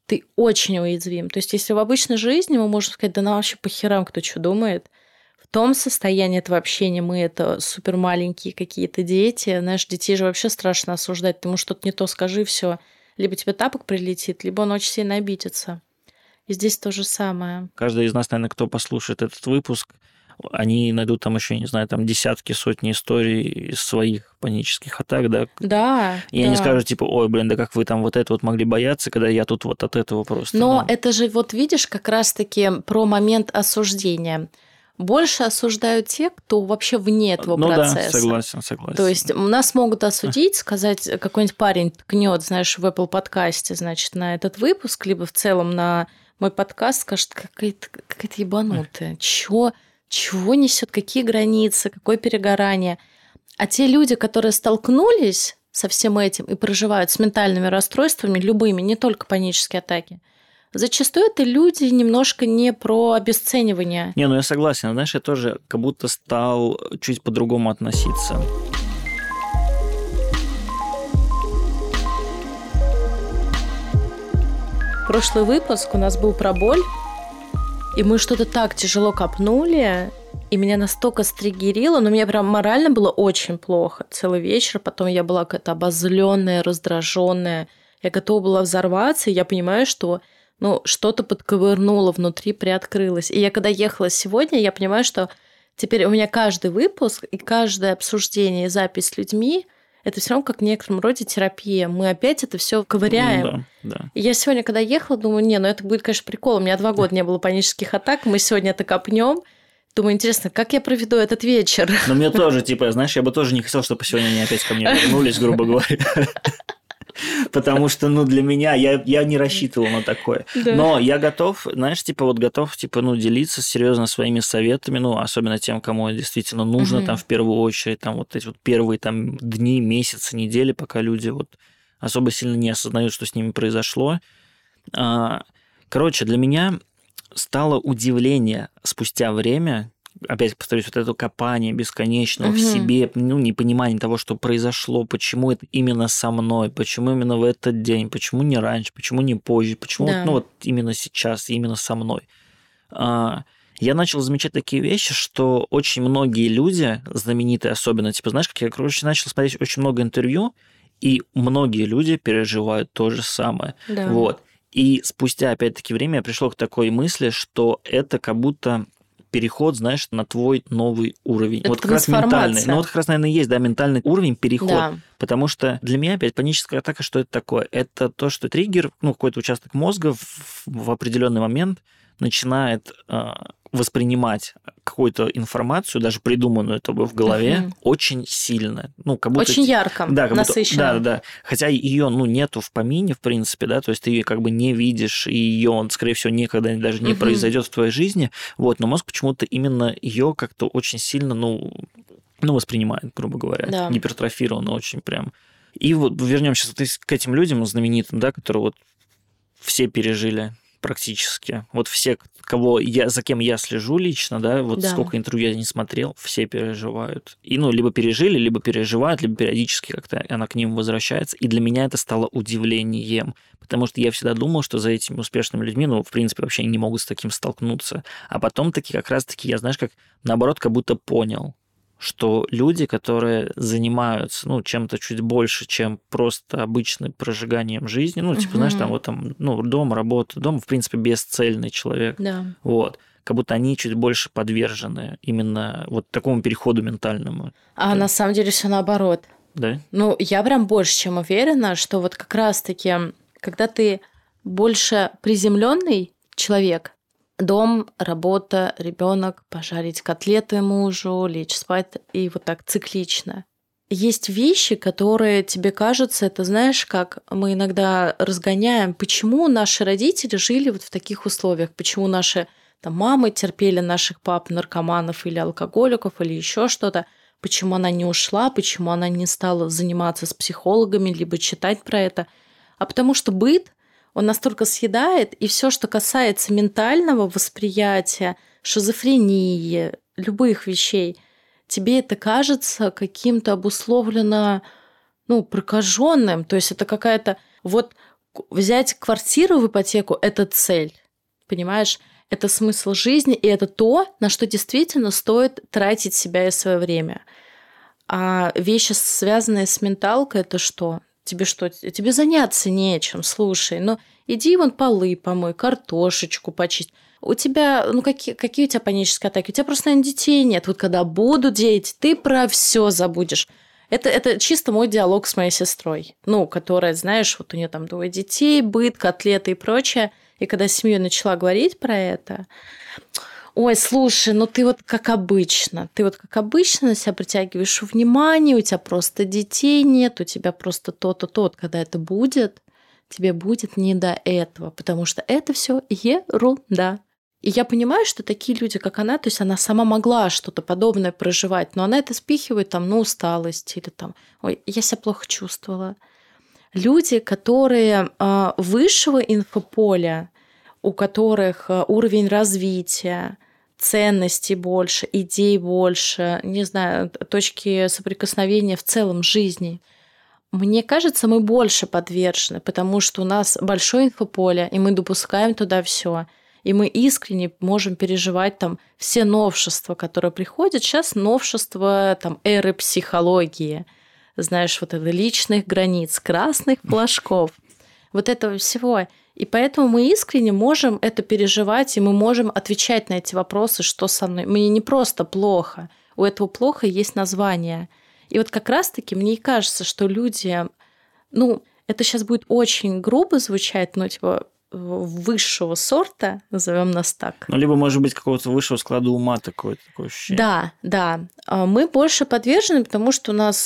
ты очень уязвим. То есть, если в обычной жизни мы можем сказать, да нам вообще по херам кто что думает, в том состоянии этого общения мы это супер маленькие какие-то дети. Знаешь, детей же вообще страшно осуждать. Ты ему что-то не то скажи, все. Либо тебе тапок прилетит, либо он очень сильно обидится. И здесь то же самое. Каждый из нас, наверное, кто послушает этот выпуск, они найдут там еще, не знаю, там десятки, сотни историй из своих панических атак, да? Да. И да. они скажут, типа, ой, блин, да как вы там вот это вот могли бояться, когда я тут вот от этого просто... Но ну... это же, вот видишь, как раз-таки про момент осуждения. Больше осуждают те, кто вообще вне этого ну, процесса. Ну да, согласен, согласен. То есть нас могут осудить, сказать, какой-нибудь парень ткнет, знаешь, в Apple подкасте, значит, на этот выпуск, либо в целом на мой подкаст, скажет, какая-то, какая-то ебанутая. Чё? Чего несет, какие границы, какое перегорание. А те люди, которые столкнулись со всем этим и проживают с ментальными расстройствами, любыми, не только панические атаки, зачастую это люди немножко не про обесценивание. Не, ну я согласен. Знаешь, я тоже как будто стал чуть по-другому относиться. Прошлый выпуск у нас был про боль, и мы что-то так тяжело копнули, и меня настолько стригерило, но мне прям морально было очень плохо целый вечер. Потом я была какая-то обозленная, раздраженная. Я готова была взорваться, и я понимаю, что ну, что-то подковырнуло внутри, приоткрылось. И я когда ехала сегодня, я понимаю, что теперь у меня каждый выпуск и каждое обсуждение и запись с людьми это все равно как в некотором роде терапия. Мы опять это все ковыряем. Да, да. И я сегодня, когда ехала, думаю, не, ну это будет, конечно, прикол. У меня два года не было панических атак, мы сегодня это копнем. Думаю, интересно, как я проведу этот вечер? Ну, мне тоже, типа, знаешь, я бы тоже не хотел, чтобы сегодня они опять ко мне вернулись, грубо говоря. Потому что, ну, для меня, я, я не рассчитывал на такое. Да. Но я готов, знаешь, типа, вот готов, типа, ну, делиться серьезно своими советами, ну, особенно тем, кому действительно нужно, угу. там, в первую очередь, там, вот эти вот первые, там, дни, месяцы, недели, пока люди вот особо сильно не осознают, что с ними произошло. Короче, для меня стало удивление спустя время, опять повторюсь, вот это копание бесконечного угу. в себе, ну, непонимание того, что произошло, почему это именно со мной, почему именно в этот день, почему не раньше, почему не позже, почему да. вот, ну, вот именно сейчас, именно со мной. Я начал замечать такие вещи, что очень многие люди, знаменитые особенно, типа, знаешь, как я, короче, начал смотреть очень много интервью, и многие люди переживают то же самое. Да. Вот. И спустя, опять-таки, время я пришел к такой мысли, что это как будто переход, знаешь, на твой новый уровень. Это вот как раз ментальный. Ну, вот как раз, наверное, есть, да, ментальный уровень, переход. Да. Потому что для меня опять паническая атака, что это такое? Это то, что триггер, ну, какой-то участок мозга в, в определенный момент начинает э, воспринимать какую-то информацию, даже придуманную тобой в голове, угу. очень сильно. Ну, как будто... Очень ярко, да, насыщенно. Да, да. Хотя ее, ну, нету в помине, в принципе, да, то есть ты ее как бы не видишь, и ее, он, скорее всего, никогда даже не угу. произойдет в твоей жизни. Вот, но мозг почему-то именно ее как-то очень сильно, ну, ну воспринимает, грубо говоря. Да. Гипертрофированно очень прям. И вот вернемся к этим людям знаменитым, да, которые вот все пережили практически. Вот все, кого я, за кем я слежу лично, да, вот да. сколько интервью я не смотрел, все переживают. И, ну, либо пережили, либо переживают, либо периодически как-то она к ним возвращается. И для меня это стало удивлением, потому что я всегда думал, что за этими успешными людьми, ну, в принципе, вообще не могут с таким столкнуться. А потом таки как раз-таки я, знаешь, как наоборот, как будто понял, что люди, которые занимаются, ну, чем-то чуть больше, чем просто обычным прожиганием жизни, ну, типа, угу. знаешь, там вот там, ну, дом, работа, дом, в принципе, бесцельный человек, да. вот, как будто они чуть больше подвержены именно вот такому переходу ментальному. А да. на самом деле все наоборот. Да? Ну, я прям больше чем уверена, что вот как раз-таки, когда ты больше приземленный человек, дом, работа, ребенок, пожарить котлеты мужу, лечь спать и вот так циклично. Есть вещи, которые тебе кажутся, это знаешь, как мы иногда разгоняем, почему наши родители жили вот в таких условиях, почему наши там, мамы терпели наших пап наркоманов или алкоголиков или еще что-то, почему она не ушла, почему она не стала заниматься с психологами, либо читать про это, а потому что быт он настолько съедает, и все, что касается ментального восприятия, шизофрении, любых вещей, тебе это кажется каким-то обусловлено, ну, прокаженным. То есть это какая-то... Вот взять квартиру в ипотеку – это цель, понимаешь? Это смысл жизни, и это то, на что действительно стоит тратить себя и свое время. А вещи, связанные с менталкой, это что? Тебе что? Тебе заняться нечем, слушай. Ну, иди вон полы помой, картошечку почисть. У тебя, ну, какие, какие у тебя панические атаки? У тебя просто, наверное, детей нет. Вот когда будут дети, ты про все забудешь. Это, это чисто мой диалог с моей сестрой, ну, которая, знаешь, вот у нее там двое детей, быт, котлеты и прочее. И когда с семьей начала говорить про это, ой, слушай, ну ты вот как обычно, ты вот как обычно на себя притягиваешь внимание, у тебя просто детей нет, у тебя просто то-то, то. Когда это будет, тебе будет не до этого, потому что это все ерунда. И я понимаю, что такие люди, как она, то есть она сама могла что-то подобное проживать, но она это спихивает там на усталость или там, ой, я себя плохо чувствовала. Люди, которые э, высшего инфополя, у которых э, уровень развития, ценностей больше, идей больше, не знаю, точки соприкосновения в целом жизни, мне кажется, мы больше подвержены, потому что у нас большое инфополе, и мы допускаем туда все. И мы искренне можем переживать там все новшества, которые приходят. Сейчас новшества там, эры психологии, знаешь, вот это личных границ, красных флажков, вот этого всего. И поэтому мы искренне можем это переживать, и мы можем отвечать на эти вопросы, что со мной. Мне не просто плохо, у этого плохо есть название. И вот как раз-таки мне и кажется, что люди, ну, это сейчас будет очень грубо звучать, но типа высшего сорта, назовем нас так. Ну, либо, может быть, какого-то высшего склада ума такое, такое ощущение. Да, да. Мы больше подвержены, потому что у нас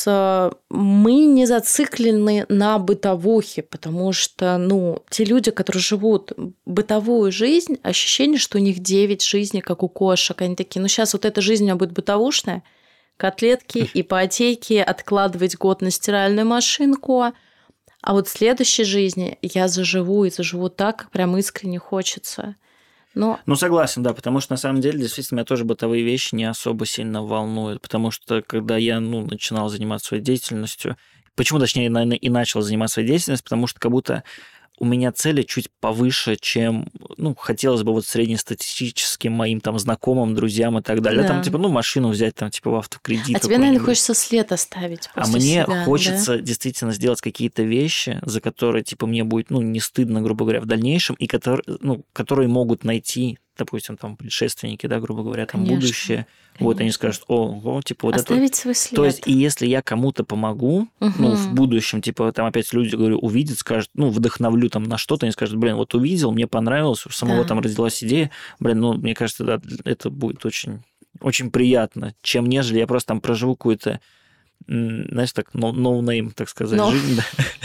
мы не зациклены на бытовухе, потому что, ну, те люди, которые живут бытовую жизнь, ощущение, что у них девять жизней, как у кошек. Они такие, ну, сейчас вот эта жизнь у меня будет бытовушная, котлетки, ипотеки, откладывать год на стиральную машинку. А вот в следующей жизни я заживу и заживу так, как прям искренне хочется. Но... Ну, согласен, да, потому что на самом деле действительно меня тоже бытовые вещи не особо сильно волнуют, потому что когда я ну, начинал заниматься своей деятельностью, почему, точнее, наверное, и начал заниматься своей деятельностью, потому что как будто у меня цели чуть повыше, чем, ну, хотелось бы вот среднестатистическим моим там знакомым, друзьям и так далее. Да. Там, типа, ну, машину взять, там, типа, в автокредит. А тебе, наверное, хочется след оставить после А мне себя, хочется да? действительно сделать какие-то вещи, за которые, типа, мне будет, ну, не стыдно, грубо говоря, в дальнейшем, и которые, ну, которые могут найти, допустим, там, предшественники, да, грубо говоря, там, Конечно. будущее. Конечно. Вот они скажут, о, типа, вот оставить это... свой след. То есть, и если я кому-то помогу, угу. ну, в будущем, типа, там опять люди, говорю, увидят, скажут, ну, вдохновлю там на что-то, они скажут, блин, вот увидел, мне понравилось, у самого да. там родилась идея, блин, ну, мне кажется, да, это будет очень, очень приятно, чем нежели я просто там проживу какую-то, знаешь, так, no name, так сказать, Но... жизнь, да.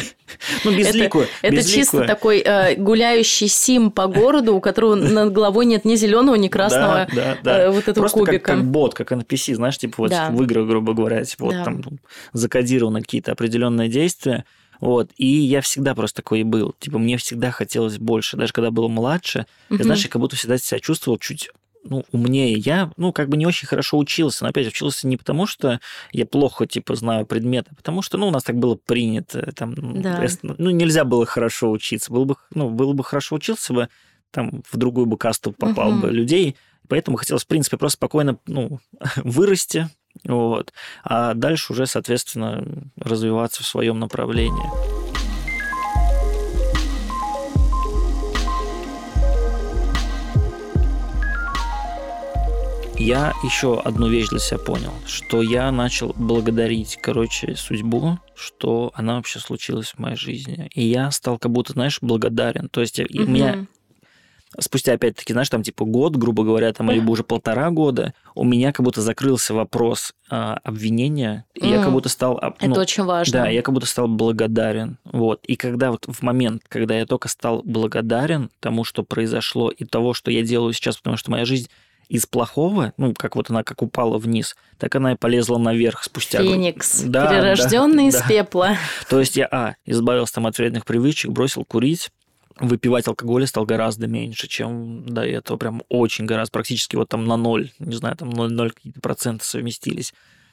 Ну, безликую. Это, это чисто такой э, гуляющий сим по городу, у которого над головой нет ни зеленого, ни красного да, да, да. Э, вот этого просто кубика. Как, как бот, как эн пи си, знаешь, типа вот да. в играх, грубо говоря, типа да. вот там закодированы какие-то определенные действия. Вот, и я всегда просто такой и был. Типа, мне всегда хотелось больше. Даже когда был младше, угу. я, знаешь, я как будто всегда себя чувствовал чуть... ну, умнее. Я, ну, как бы не очень хорошо учился, но опять учился не потому, что я плохо, типа, знаю предметы, а потому что, ну, у нас так было принято, там, да. ну, нельзя было хорошо учиться, было бы, ну, было бы хорошо учился бы, там, в другую бы касту попал угу. бы людей, поэтому хотелось, в принципе, просто спокойно, ну, вырасти, вот, а дальше уже, соответственно, развиваться в своем направлении. Я еще одну вещь для себя понял, что я начал благодарить, короче, судьбу, что она вообще случилась в моей жизни. И я стал как будто, знаешь, благодарен. То есть угу. у меня спустя, опять-таки, знаешь, там типа год, грубо говоря, там, либо уже полтора года, у меня как будто закрылся вопрос а, обвинения, и mm. я как будто стал... Это ну, очень важно. Да, я как будто стал благодарен. Вот. И когда вот в момент, когда я только стал благодарен тому, что произошло, и того, что я делаю сейчас, потому что моя жизнь... из плохого, ну, как вот она как упала вниз, так она и полезла наверх спустя... Феникс, да, перерожденный да, из да. пепла. То есть я, а, избавился там от вредных привычек, бросил курить, выпивать алкоголь стал гораздо меньше, чем до этого, прям очень гораздо, практически вот там на ноль, не знаю, там ноль целых ноль какие-то проценты совместились.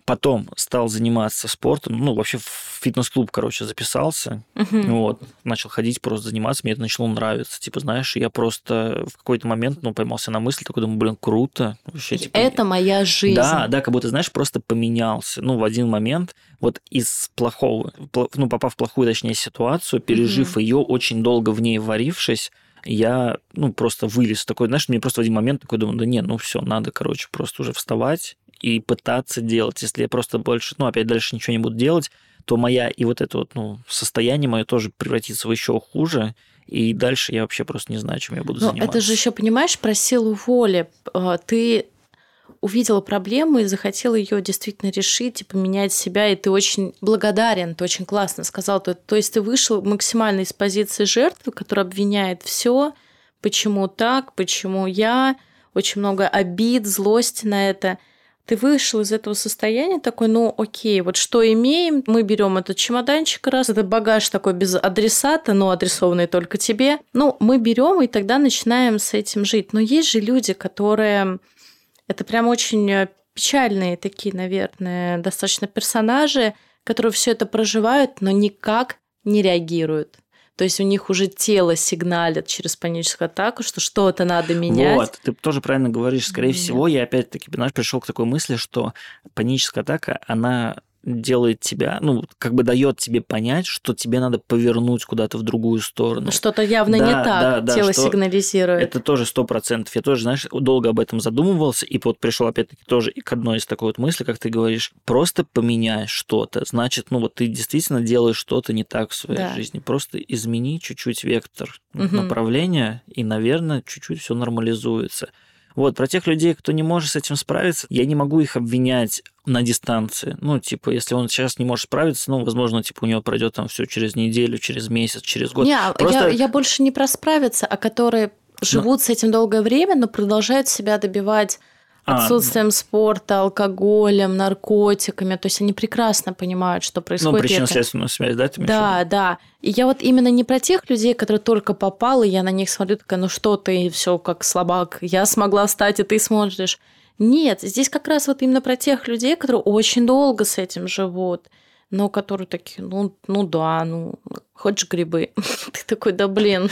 Потом стал заниматься спортом, ну, вообще в фитнес-клуб, короче, записался, uh-huh. вот, начал ходить, просто заниматься, мне это начало нравиться, типа, знаешь, я просто в какой-то момент, ну, поймался на мысли, такой, думаю, блин, круто. Вообще, типа, это моя жизнь. Да, да, как будто, знаешь, просто поменялся, ну, в один момент, вот из плохого, ну, попав в плохую, точнее, ситуацию, пережив uh-huh. ее, очень долго в ней варившись, я, ну, просто вылез такой, знаешь, мне просто в один момент такой думаю, да нет, ну все, надо, короче, просто уже вставать и пытаться делать. Если я просто больше, ну, опять дальше ничего не буду делать, то моя и вот это вот, ну, состояние мое тоже превратится в еще хуже, и дальше я вообще просто не знаю, чем я буду Но заниматься. Это же еще, понимаешь, про силу воли. Ты увидела проблему и захотела ее действительно решить и поменять себя, и ты очень благодарен, ты очень классно сказал. То, то есть ты вышел максимально из позиции жертвы, которая обвиняет все, почему так, почему я, очень много обид, злости на это. Ты вышел из этого состояния такой, ну окей, вот что имеем, мы берем этот чемоданчик раз, это багаж такой без адресата, но адресованный только тебе. Ну, мы берем и тогда начинаем с этим жить. Но есть же люди, которые... Это прям очень печальные такие, наверное, достаточно персонажи, которые все это проживают, но никак не реагируют. То есть у них уже тело сигналит через паническую атаку, что что-то надо менять. Вот, ты тоже правильно говоришь. Скорее Нет. всего, я опять-таки, знаешь, пришел к такой мысли, что паническая атака, она делает тебя, ну, как бы дает тебе понять, что тебе надо повернуть куда-то в другую сторону. Что-то явно да, не так, да, да, тело сигнализирует. Это тоже сто процентов. Я тоже, знаешь, долго об этом задумывался, и вот пришел опять-таки тоже и к одной из такой вот мысли, как ты говоришь, просто поменяй что-то. Значит, ну вот ты действительно делаешь что-то не так в своей да. жизни. Просто измени чуть-чуть вектор угу. направления, и, наверное, чуть-чуть все нормализуется. Вот, про тех людей, кто не может с этим справиться, я не могу их обвинять на дистанции. Ну, типа, если он сейчас не может справиться, ну, возможно, типа, у него пройдет там все через неделю, через месяц, через год. Не, Просто... я, я больше не про справиться, а которые живут но... с этим долгое время, но продолжают себя добивать отсутствием а, спорта, алкоголем, наркотиками. То есть они прекрасно понимают, что происходит. Ну, причинно-следственную связь, да, ты имеешь в виду? Да, да. И я вот именно не про тех людей, которые только попал, и я на них смотрю, такая, ну что ты, все как слабак, я смогла встать, и ты смотришь. Нет, здесь как раз вот именно про тех людей, которые очень долго с этим живут, но которые такие, ну, ну да, ну, хочешь грибы? Ты такой, да блин,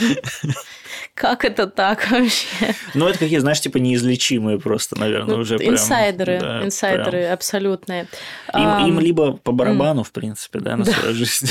как это так вообще? Ну, это какие, знаешь, типа неизлечимые просто, наверное, ну, уже прям... Инсайдеры, да, инсайдеры прям. Абсолютные. Им, а, им либо по барабану, м- в принципе, да, на да. свою жизнь.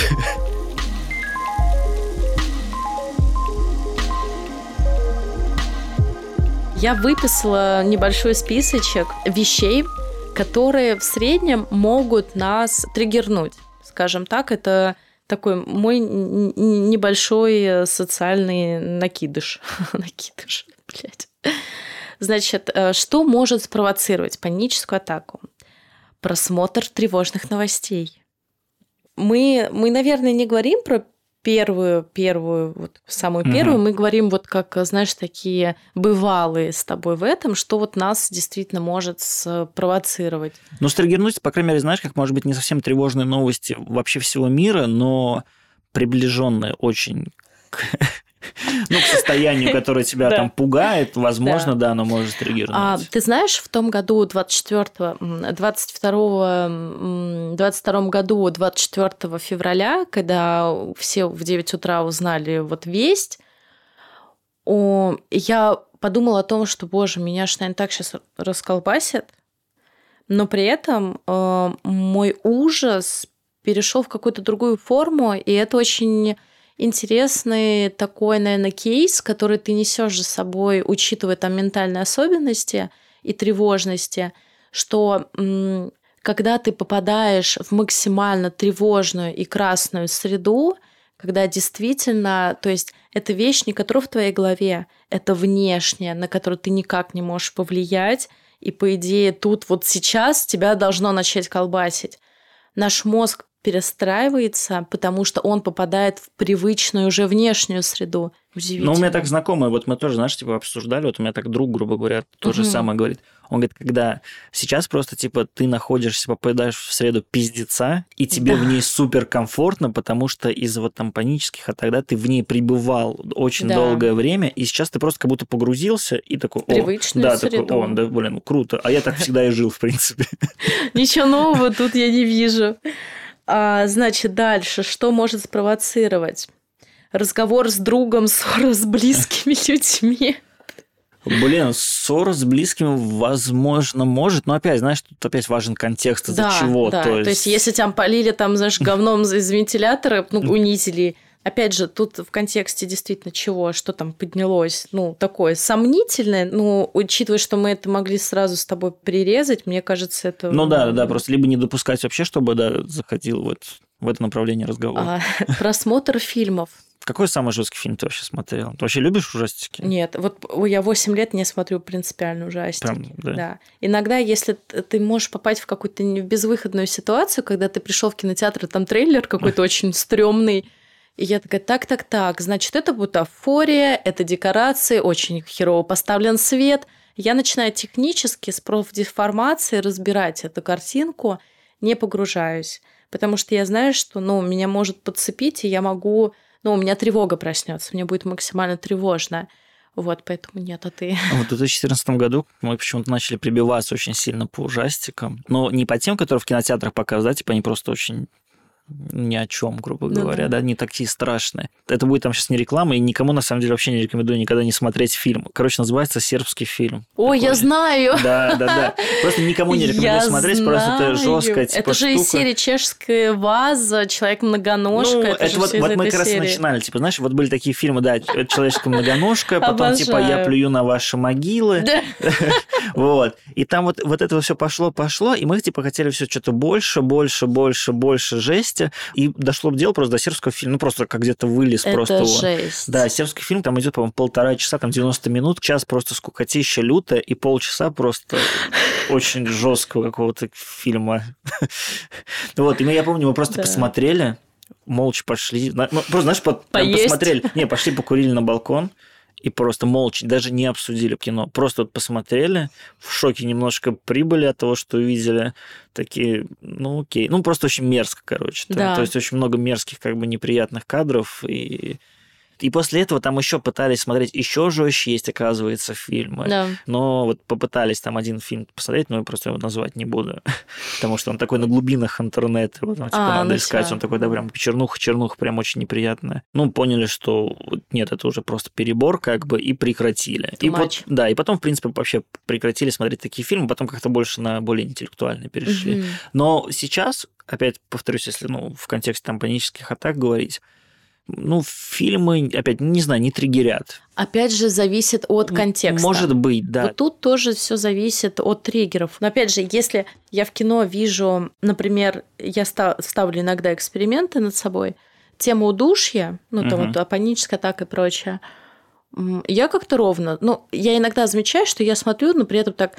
Я выписала небольшой списочек вещей, которые в среднем могут нас триггернуть. Скажем так, это такой мой небольшой социальный накидыш. Накидыш, блядь. Значит, что может спровоцировать паническую атаку? Просмотр тревожных новостей. Мы, мы наверное, не говорим про первую, первую, вот самую uh-huh. первую, мы говорим вот как, знаешь, такие бывалые с тобой в этом, что вот нас действительно может спровоцировать. Ну, стригернуть, по крайней мере, знаешь, как, может быть, не совсем тревожные новости вообще всего мира, но приближенные очень к... Ну, к состоянию, которое тебя там пугает, возможно, да, оно может триггернуть. А, ты знаешь, в том году, двадцать четвёртого, двадцать второго, двадцать втором году, двадцать четвёртого февраля, когда все в девять утра узнали вот весть, о, я подумала о том, что, боже, меня ж, наверное, так сейчас расколбасит, но при этом э, мой ужас перешел в какую-то другую форму, и это очень... интересный такой, наверное, кейс, который ты несешь за собой, учитывая там ментальные особенности и тревожности, что м- когда ты попадаешь в максимально тревожную и красную среду, когда действительно, то есть это вещь не которая в твоей голове, это внешняя, на которую ты никак не можешь повлиять, и по идее тут вот сейчас тебя должно начать колбасить. Наш мозг перестраивается, потому что он попадает в привычную уже внешнюю среду. Удивительно. Ну, у меня так знакомые, вот мы тоже, знаешь, типа обсуждали, вот у меня так друг, грубо говоря, то же Мгм. самое говорит. Он говорит, когда сейчас просто, типа, ты находишься, попадаешь в среду пиздеца, и тебе Да. в ней супер комфортно, потому что из-за вот там панических, а тогда ты в ней пребывал очень Да. долгое время, и сейчас ты просто как будто погрузился и такой, о, Привычную да, среду. такой, о, да, блин, ну круто. А я так всегда и жил, в принципе. Ничего нового тут я не вижу. А, значит, дальше. Что может спровоцировать? Разговор с другом, ссора с близкими людьми. Блин, ссора с близкими, возможно, может, но опять, знаешь, тут опять важен контекст, из-за Да, чего. да. То То есть... есть, если там полили, там, знаешь, говном из вентилятора, ну, унизили. Опять же, тут в контексте действительно чего, что там поднялось, ну, такое сомнительное, ну, учитывая, что мы это могли сразу с тобой прирезать, мне кажется, это... Ну да, да, просто либо не допускать вообще, чтобы, да, заходил вот в это направление разговор. А, просмотр фильмов. Какой самый жесткий фильм ты вообще смотрел? Ты вообще любишь ужастики? Нет, вот я восемь лет не смотрю принципиально ужастики. Прям, да. Да. Иногда, если ты можешь попасть в какую-то безвыходную ситуацию, когда ты пришел в кинотеатр, и там трейлер какой-то очень стрёмный, и я такая, так-так-так, значит, это бутафория, это декорации, очень херово поставлен свет. Я начинаю технически с профдеформацией разбирать эту картинку, не погружаюсь, потому что я знаю, что, ну, меня может подцепить, и я могу... Ну, у меня тревога проснется, мне будет максимально тревожно. Вот, поэтому нет, а ты... Вот в две тысячи четырнадцатом году мы почему-то начали прибиваться очень сильно по ужастикам. Но не по тем, которые в кинотеатрах показывают, да, типа они просто очень ни о чем, грубо Ну говоря, да. да, не такие страшные. Это будет там сейчас не реклама, и никому, на самом деле, вообще не рекомендую никогда не смотреть фильм. Короче, называется «Сербский фильм». Ой, Такой. я знаю! Да, да, да. Просто никому не рекомендую Я смотреть, просто это знаю. жесткая типа Это же из штука. серии «Чешская ваза», «Человек-многоножка». Ну, это это же вот, всё из вот мы этой как раз и серии. начинали, типа, знаешь, вот были такие фильмы, да, «Человеческая многоножка», потом, типа, «Я Обожаю. плюю на ваши могилы». Да. Вот. И там вот, вот этого все пошло-пошло, и мы, типа, хотели все что-то больше, больше, больше, больше жести. И дошло в дело просто до сербского фильма, ну, просто как где-то вылез Это просто он. жесть. Да, сербский фильм там идет, по-моему, полтора часа, там девяносто минут, час просто скукотища лютая, и полчаса просто очень жесткого какого-то фильма. Вот, и мы, я помню, мы просто Да. посмотрели, молча пошли, на- ну, просто, знаешь, под- прям Поесть. посмотрели, не, пошли покурили на балкон, и просто молча, даже не обсудили кино, просто вот посмотрели, в шоке немножко прибыли от того, что увидели, такие, ну окей, ну просто очень мерзко, короче, то, Да. то есть очень много мерзких, как бы неприятных кадров, и и после этого там еще пытались смотреть еще жестче, есть, оказывается, фильмы. Да. Но вот попытались там один фильм посмотреть, но я просто его назвать не буду, потому что он такой на глубинах интернета, его там, типа, А, надо ну искать, всё. он такой, да, прям чернуха-чернуха, прям очень неприятная. Ну, поняли, что нет, это уже просто перебор, как бы, и прекратили. Too И вот, much. да, и потом, в принципе, вообще прекратили смотреть такие фильмы, потом как-то больше на более интеллектуальные перешли. Мгм. Но сейчас, опять повторюсь, если, ну, в контексте там панических атак говорить, ну, фильмы, опять, не знаю, не триггерят. Опять же, зависит от контекста. Может быть, да. Вот тут тоже все зависит от триггеров. Но опять же, если я в кино вижу, например, я ста- ставлю иногда эксперименты над собой, тема удушья, ну, там Мгм. вот паническая атака и прочее, м, я как-то ровно, ну, я иногда замечаю, что я смотрю, но при этом так,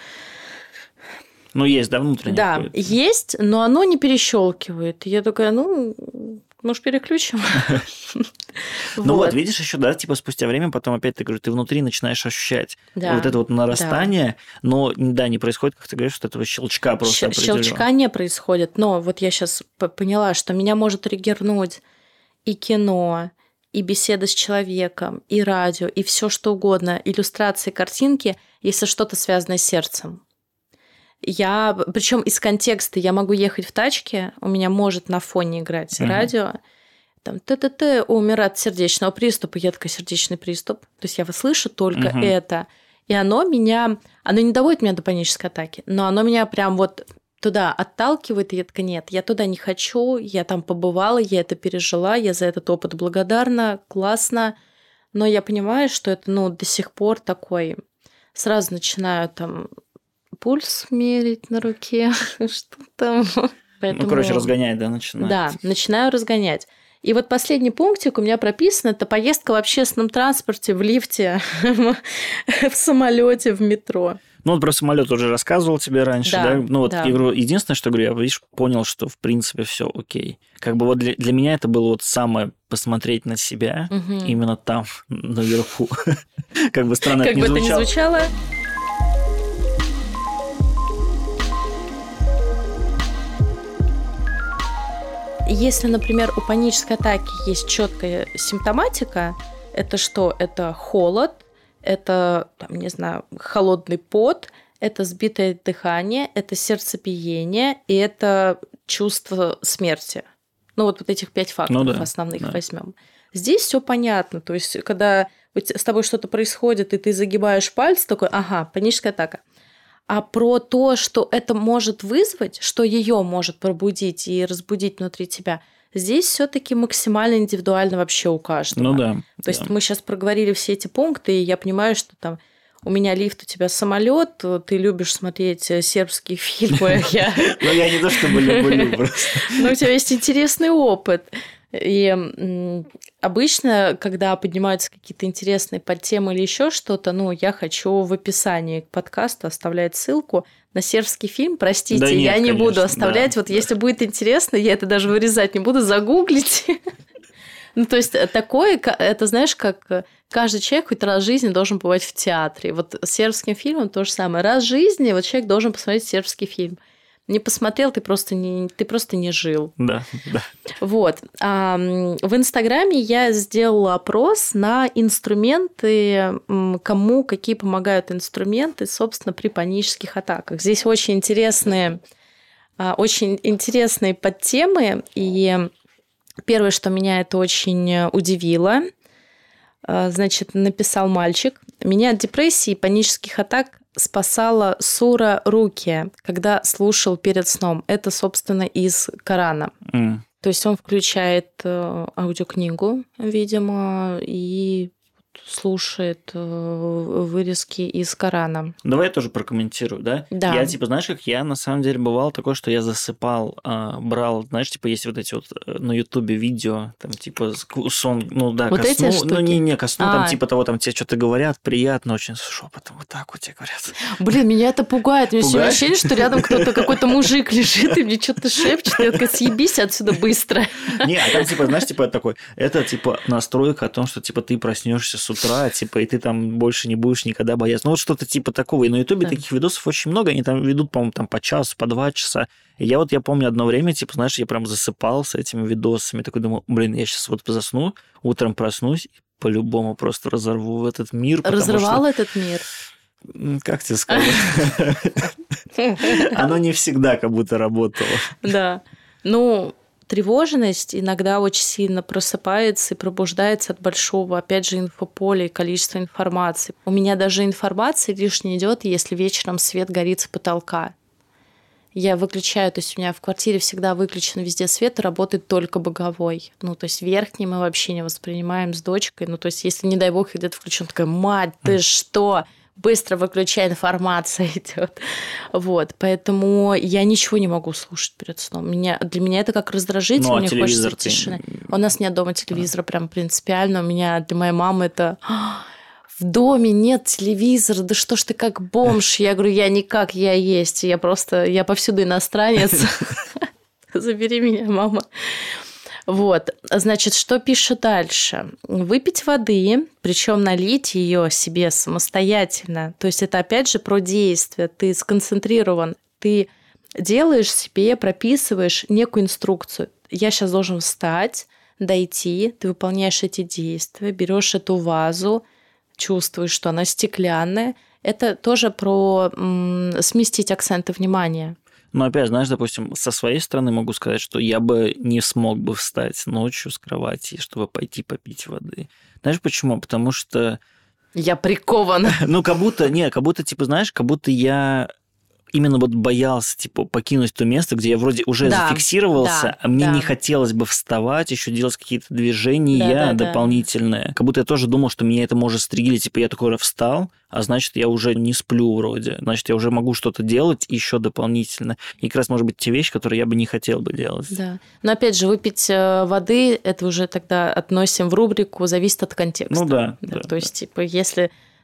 Ну, есть, да, внутреннее. да, какое-то. есть, но оно не перещелкивает. И я такая, ну, может, переключим? Ну вот, видишь, еще, да, типа спустя время, потом опять ты говорю, ты внутри начинаешь ощущать Да, вот это вот нарастание, но да, не происходит, как ты говоришь, вот этого щелчка просто Щ- определенного. Щелчка не происходит, но вот я сейчас поняла, что меня может триггернуть и кино, и беседа с человеком, и радио, и все что угодно, иллюстрации, картинки, если что-то связанное с сердцем. Я, причем из контекста, я могу ехать в тачке, у меня может на фоне играть Мгм. радио, там т-т-т, умер от сердечного приступа, я такая, сердечный приступ. То есть я слышу только Мгм. это. И оно меня, оно не доводит меня до панической атаки, но оно меня прям вот туда отталкивает, и я такая, нет, я туда не хочу, я там побывала, я это пережила, я за этот опыт благодарна, классно, но я понимаю, что это, ну, до сих пор такой, сразу начинаю там пульс мерить на руке, что там. Поэтому... Ну, короче, разгонять, да, начинает. Да, начинаю разгонять. И вот последний пунктик у меня прописан, это поездка в общественном транспорте, в лифте, в самолете, в метро. Ну, вот про самолет уже рассказывал тебе раньше, да? Да, Ну, вот да. я говорю, единственное, что говорю, я, видишь, понял, что, в принципе, все окей. Как бы вот для, для меня это было вот самое посмотреть на себя Мгм. именно там, наверху. Как бы странно Как это бы не это ни звучало. звучало. Если, например, у панической атаки есть четкая симптоматика, это что? Это холод, это, там, не знаю, холодный пот, это сбитое дыхание, это сердцебиение и это чувство смерти. Ну, вот, вот этих пять факторов Ну да, основных да. возьмем. Здесь все понятно. То есть, когда у те- с тобой что-то происходит, и ты загибаешь пальцы, такой, ага, паническая атака. А про то, что это может вызвать, что ее может пробудить и разбудить внутри тебя, здесь все-таки максимально индивидуально вообще у каждого. Ну да. То есть да. мы сейчас проговорили все эти пункты, и я понимаю, что там у меня лифт, у тебя самолет, ты любишь смотреть э, сербские фильмы, я- Ну, я не то чтобы люблю просто. но у тебя есть интересный опыт. И м, обычно, когда поднимаются какие-то интересные подтемы или еще что-то, ну, я хочу в описании к подкасту оставлять ссылку на сербский фильм. Простите, Да нет, я не конечно, буду оставлять. да, Вот да. если будет интересно, я это даже вырезать не буду, загуглите. Ну, то есть такое, ка- это знаешь, как э, каждый человек хоть раз в жизни должен бывать в театре. Вот с сербским фильмом то же самое. Раз в жизни вот человек должен посмотреть сербский фильм. Не посмотрел, ты просто не, ты просто не жил. Да, да. Вот. А, м, в Инстаграме я сделала опрос на инструменты, м, кому какие помогают инструменты, собственно, при панических атаках. Здесь очень интересные, а, очень интересные подтемы. И первое, что меня это очень удивило, а, значит, написал мальчик. Меня от депрессии и панических атак спасала сура Рукия, когда слушал перед сном. Это, собственно, из Корана. М. То есть он включает э, аудиокнигу, видимо, и слушает э, вырезки из Корана. Давай я тоже прокомментирую, да? Да. Я, типа, знаешь, как я на самом деле бывал такое, что я засыпал, а, брал, знаешь, типа, есть вот эти вот э, на Ютубе видео, там, типа, ск- сон, ну да, Вот ко эти сну, штуки? ну не, не, ко сну, там, А. типа того, там тебе что-то говорят, приятно очень, с шепотом, вот так вот тебе говорят. Блин, меня это пугает. У меня сегодня Пугает? ощущение, что рядом кто-то, какой-то мужик лежит и мне что-то шепчет. И я такая, съебись отсюда быстро. Не, а там, типа, знаешь, типа, такой, это, типа, настройка о том, что, типа, ты проснешься с утра, типа, и ты там больше не будешь никогда бояться. Ну, вот что-то типа такого. И на Ютубе Да. таких видосов очень много, они там ведут, по-моему, там по часу, по два часа. И я вот, я помню, одно время, типа, знаешь, я прям засыпал с этими видосами, такой думал, блин, я сейчас вот засну, утром проснусь, и по-любому просто разорву в этот мир. потому Разрывал этот мир. что, м, как тебе сказать, оно не всегда как будто работало. Да. Ну, тревожность иногда очень сильно просыпается и пробуждается от большого, опять же, инфополя и количества информации. У меня даже информации лишней идет, если вечером свет горит с потолка. Я выключаю, то есть у меня в квартире всегда выключен везде свет, и работает только боговой. Ну, то есть верхний мы вообще не воспринимаем с дочкой. Ну, то есть если, не дай бог, где-то включен, такая, мать, ты что? Быстро выключай, информация идет. Вот, поэтому я ничего не могу слушать перед сном. Меня, для меня это как раздражитель, Ну, а мне хочется телевизор ты- тишины. У нас нет дома телевизора прям принципиально. У меня для моей мамы это... «А, в доме нет телевизора, да что ж ты как бомж? Я говорю, я никак, я есть. Я просто, я повсюду иностранец. Забери меня, мама. Вот, значит, что пишет дальше? Выпить воды, причем налить ее себе самостоятельно. То есть это опять же про действие. Ты сконцентрирован, ты делаешь себе, прописываешь некую инструкцию. Я сейчас должен встать, дойти, ты выполняешь эти действия, берешь эту вазу, чувствуешь, что она стеклянная. Это тоже про м, сместить акценты внимания. Но опять, знаешь, допустим, со своей стороны могу сказать, что я бы не смог бы встать ночью с кровати, чтобы пойти попить воды. Знаешь почему? Потому что, Я прикована. ну, как будто, не, как будто, типа, знаешь, как будто я именно вот боялся, типа, покинуть то место, где я вроде уже Да, зафиксировался, да, а мне да. не хотелось бы вставать, еще делать какие-то движения Да, да, да. дополнительные. Как будто я тоже думал, что меня это может стригерить. Типа, я такой встал, а значит, я уже не сплю вроде. Значит, я уже могу что-то делать еще дополнительно. И как раз, может быть, те вещи, которые я бы не хотел бы делать. Да. Но опять же, выпить э, воды, это уже тогда относим в рубрику «зависит от контекста». Ну да, Да, да, то есть, типа, если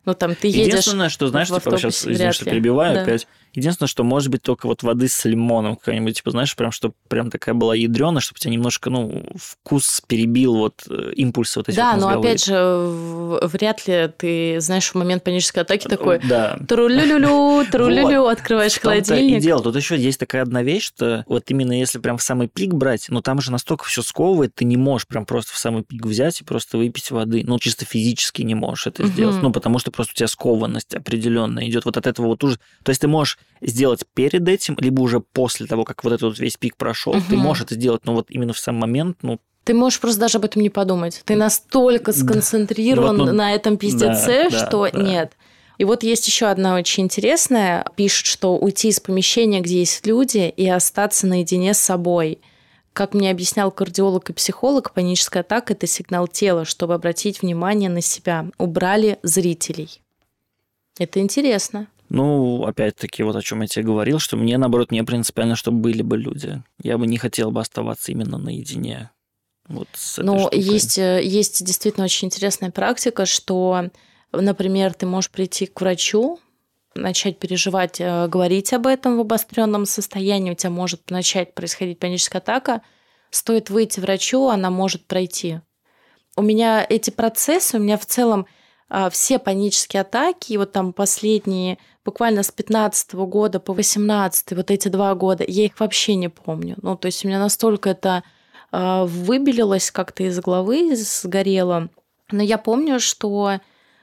Ну, там ты едешь. Единственное, что, знаешь, в типа, сейчас, извини, что перебиваю да. опять. Единственное, что может быть только вот воды с лимоном какая-нибудь, типа, знаешь, прям, чтобы прям такая была ядрёная, чтобы тебя немножко, ну, вкус перебил вот импульсы вот эти Да, вот но мозговые. опять же, вряд ли ты, знаешь, в момент панической атаки такой да. тру-лю-лю-лю, тру-лю-лю, открываешь холодильник. И дело. Тут еще есть такая одна вещь, что вот именно если прям в самый пик брать, ну, там же настолько все сковывает, ты не можешь прям просто в самый пик взять и просто выпить воды. Ну, чисто физически не можешь это сделать. Ну, потому что просто у тебя скованность определенная идет вот от этого вот уже. То есть ты можешь сделать перед этим, либо уже после того, как вот этот вот весь пик прошел, угу. ты можешь это сделать, но вот именно в сам момент, ну. Ты можешь просто даже об этом не подумать. Ты настолько сконцентрирован вот, ну, на этом пиздеце, да, что да, нет. Да. И вот есть еще одна очень интересная. Пишет, что уйти из помещения, где есть люди, и остаться наедине с собой. Как мне объяснял кардиолог и психолог, паническая атака – это сигнал тела, чтобы обратить внимание на себя. Убрали зрителей. Это интересно. Ну, опять-таки, вот о чем я тебе говорил, что мне, наоборот, не принципиально, чтобы были бы люди. Я бы не хотел бы оставаться именно наедине. Вот с этой Но штукой. есть, есть действительно очень интересная практика, что, например, ты можешь прийти к врачу, начать переживать, говорить об этом в обостренном состоянии, у тебя может начать происходить паническая атака, стоит выйти врачу, она может пройти. У меня эти процессы, у меня в целом все панические атаки, и вот там последние, буквально с пятнадцатого года по восемнадцатый, вот эти два года, я их вообще не помню. Ну, то есть у меня настолько это выбелилось как-то из головы, сгорело. Но я помню, что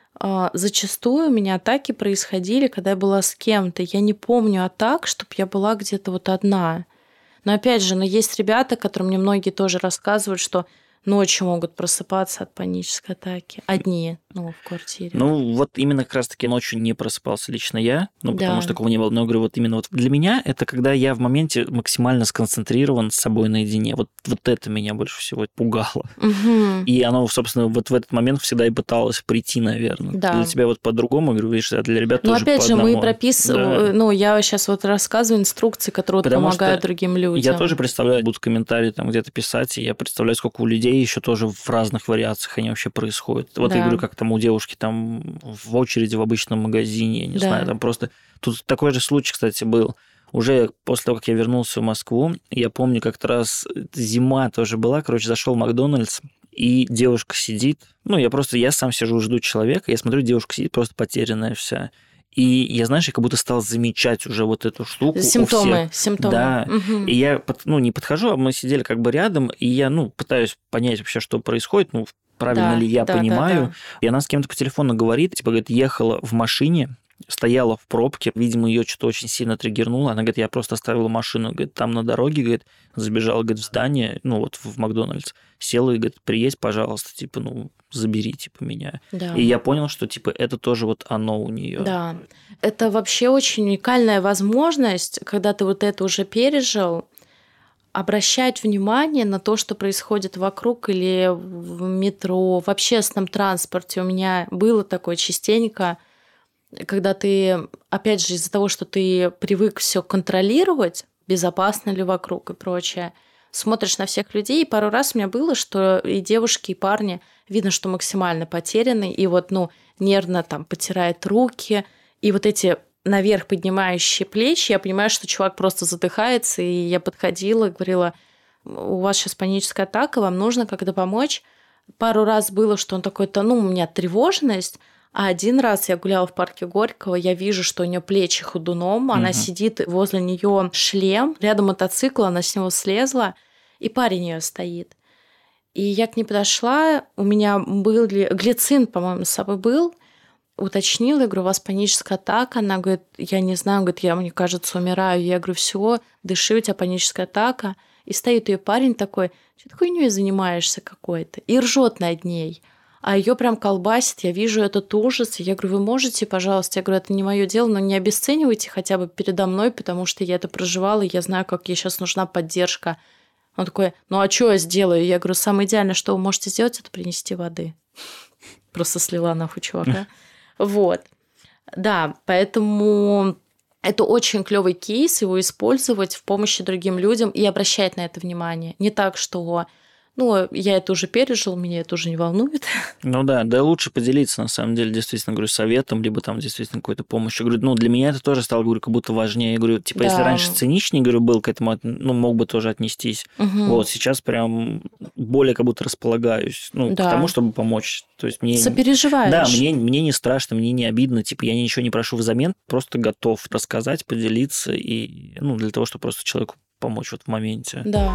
зачастую у меня атаки происходили, когда я была с кем-то. Я не помню атак, чтобы я была где-то вот одна. Но опять же, но есть ребята, которым мне многие тоже рассказывают, что ночью могут просыпаться от панической атаки. Одни, ну, в квартире. Ну, вот именно как раз-таки ночью не просыпался лично я, ну, потому да. что такого не было. Но, говорю, вот именно вот для меня это когда я в моменте максимально сконцентрирован с собой наедине. Вот, вот это меня больше всего пугало. Угу. И оно, собственно, вот в этот момент всегда и пыталось прийти, наверное. Да. Для тебя вот по-другому, говорю, видишь, а для ребят ну, тоже опять по же, одному. мы прописываем, да. ну, я сейчас вот рассказываю инструкции, которые Потому помогают другим людям. Я тоже представляю, будут комментарии там где-то писать, и я представляю, сколько у людей еще тоже в разных вариациях они вообще происходят. Вот да. я говорю, как там у девушки там в очереди в обычном магазине, я не да. знаю, там просто... Тут такой же случай, кстати, был. Уже после того, как я вернулся в Москву, я помню, как-то раз зима тоже была, короче, зашел в Макдональдс, и девушка сидит, ну, я просто, я сам сижу, жду человека, я смотрю, девушка сидит просто потерянная вся. И я, знаешь, я как будто стал замечать уже вот эту штуку. Симптомы, симптомы. Да, угу. и я, ну, не подхожу, а мы сидели как бы рядом, и я, ну, пытаюсь понять вообще, что происходит, ну, правильно да, ли я да, понимаю. Да, да. И она с кем-то по телефону говорит, типа, говорит, ехала в машине, стояла в пробке, видимо, ее что-то очень сильно триггернуло. Она говорит, я просто оставила машину, говорит, там на дороге, говорит, забежала, говорит, в здание, ну, вот в Макдональдс, села и говорит, приедь, пожалуйста, типа, ну, забери, типа, меня. Да. И я понял, что, типа, это тоже вот оно у нее. Да. Это вообще очень уникальная возможность, когда ты вот это уже пережил, обращать внимание на то, что происходит вокруг или в метро, в общественном транспорте. У меня было такое частенько, когда ты, опять же, из-за того, что ты привык все контролировать, безопасно ли вокруг и прочее, смотришь на всех людей, и пару раз у меня было, что и девушки, и парни, видно, что максимально потеряны, и вот, ну, нервно там потирает руки, и вот эти наверх поднимающие плечи, я понимаю, что чувак просто задыхается, и я подходила и говорила, у вас сейчас паническая атака, вам нужно как-то помочь. Пару раз было, что он такой-то, ну, у меня тревожность, а один раз я гуляла в парке Горького, я вижу, что у нее плечи ходуном, она угу. сидит, возле нее шлем, рядом мотоцикл, она с него слезла, и парень ее стоит. И я к ней подошла, у меня был глицин, по-моему, с собой был, уточнила, я говорю, у вас паническая атака? Она говорит, я не знаю, говорит, я, мне кажется, умираю. Я говорю, все, дыши, у тебя паническая атака. И стоит ее парень такой, что ты хуйней занимаешься какой-то? И ржет над ней. А ее прям колбасит, я вижу этот ужас. И я говорю, вы можете, пожалуйста? Я говорю, это не мое дело, но не обесценивайте хотя бы передо мной, потому что я это проживала, и я знаю, как ей сейчас нужна поддержка. Он такой, ну а что я сделаю? Я говорю, самое идеальное, что вы можете сделать, это принести воды. Просто слила нахуй чувака. Вот. Да, поэтому это очень клевый кейс, его использовать в помощи другим людям и обращать на это внимание. Не так, что, Ну, я это уже пережил, меня это уже не волнует. Ну да, да лучше поделиться, на самом деле, действительно, говорю, советом, либо там действительно какой-то помощью. Говорю, ну, для меня это тоже стало, говорю, как будто важнее. Я говорю, типа, да. Если раньше циничнее, говорю, был к этому, ну, мог бы тоже отнестись. Угу. Вот, сейчас прям более как будто располагаюсь, ну, да. к тому, чтобы помочь. То есть мне... Сопереживаешь. Да, мне, мне не страшно, мне не обидно, типа, я ничего не прошу взамен, просто готов рассказать, поделиться, и, ну, для того, чтобы просто человеку помочь вот в моменте. Да.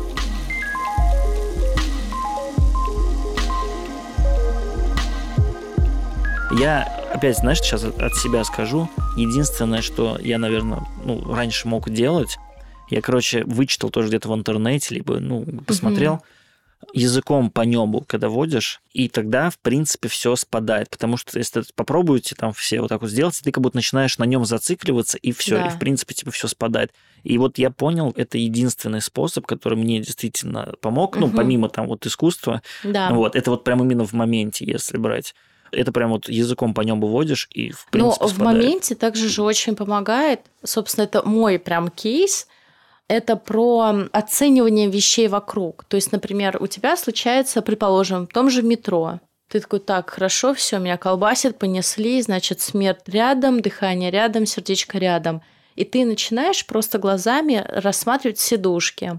Я, опять, знаешь, сейчас от себя скажу. Единственное, что я, наверное, ну, раньше мог делать, я, короче, вычитал тоже где-то в интернете, либо, ну, посмотрел, угу. языком по небу, когда водишь, и тогда, в принципе, все спадает. Потому что если попробуете там все вот так вот сделать, ты как будто начинаешь на нем зацикливаться, и все, да. и, в принципе, типа, все спадает. И вот я понял, это единственный способ, который мне действительно помог, угу. ну, помимо там вот искусства. Да. Вот, это вот прям именно в моменте, если брать. Это прям вот языком по небу водишь, и в принципе Но спадает. В моменте также же очень помогает, собственно, это мой прям кейс, это про оценивание вещей вокруг. То есть, например, у тебя случается, предположим, в том же метро. Ты такой, так, хорошо, все, меня колбасит, понесли, значит, смерть рядом, дыхание рядом, сердечко рядом. И ты начинаешь просто глазами рассматривать сидушки.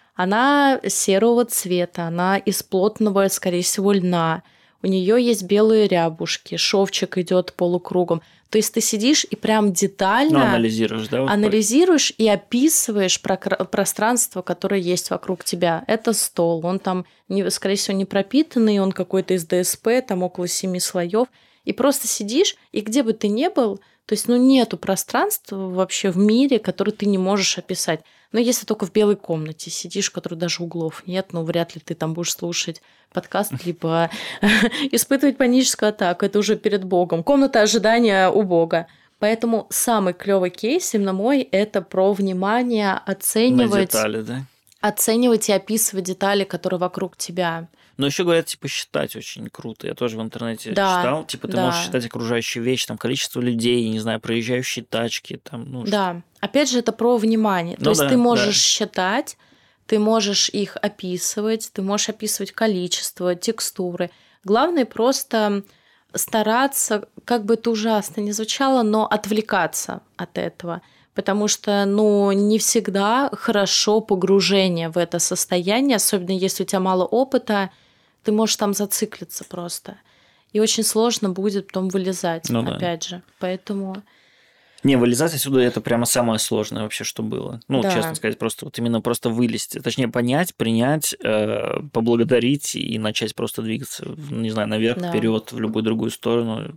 Она серого цвета, она из плотного, скорее всего, льна. У нее есть белые рябушки, шовчик идет полукругом. То есть ты сидишь и прям детально ну, анализируешь, да, вот анализируешь и описываешь про- пространство, которое есть вокруг тебя. Это стол, он там, не, скорее всего, не пропитанный, он какой-то из ДСП, там около семи слоев. И просто сидишь, и где бы ты ни был, то есть ну, нету пространства вообще в мире, которое ты не можешь описать. Но если только в белой комнате сидишь, в которой даже углов нет, ну вряд ли ты там будешь слушать подкаст, либо испытывать паническую атаку. Это уже перед Богом. Комната ожидания у Бога. Поэтому самый клевый кейс именно мой – это про внимание оценивать, на детали, да? оценивать и описывать детали, которые вокруг тебя. Но еще говорят, типа, считать очень круто. Я тоже в интернете да, читал. Типа, ты да. можешь считать окружающие вещи, там, количество людей, не знаю, проезжающие тачки. Там, ну, да. Что... Опять же, это про внимание. Ну, То есть да, ты можешь да. считать, ты можешь их описывать, ты можешь описывать количество, текстуры. Главное просто стараться, как бы это ужасно ни звучало, но отвлекаться от этого. Потому что, ну, не всегда хорошо погружение в это состояние, особенно если у тебя мало опыта, ты можешь там зациклиться просто. И очень сложно будет потом вылезать, ну, опять да. же. Поэтому... Не, вылезать отсюда – это прямо самое сложное вообще, что было. Ну, да. честно сказать, просто вот именно просто вылезти. Точнее, понять, принять, э, поблагодарить и начать просто двигаться, не знаю, наверх, да. вперед, в любую другую сторону.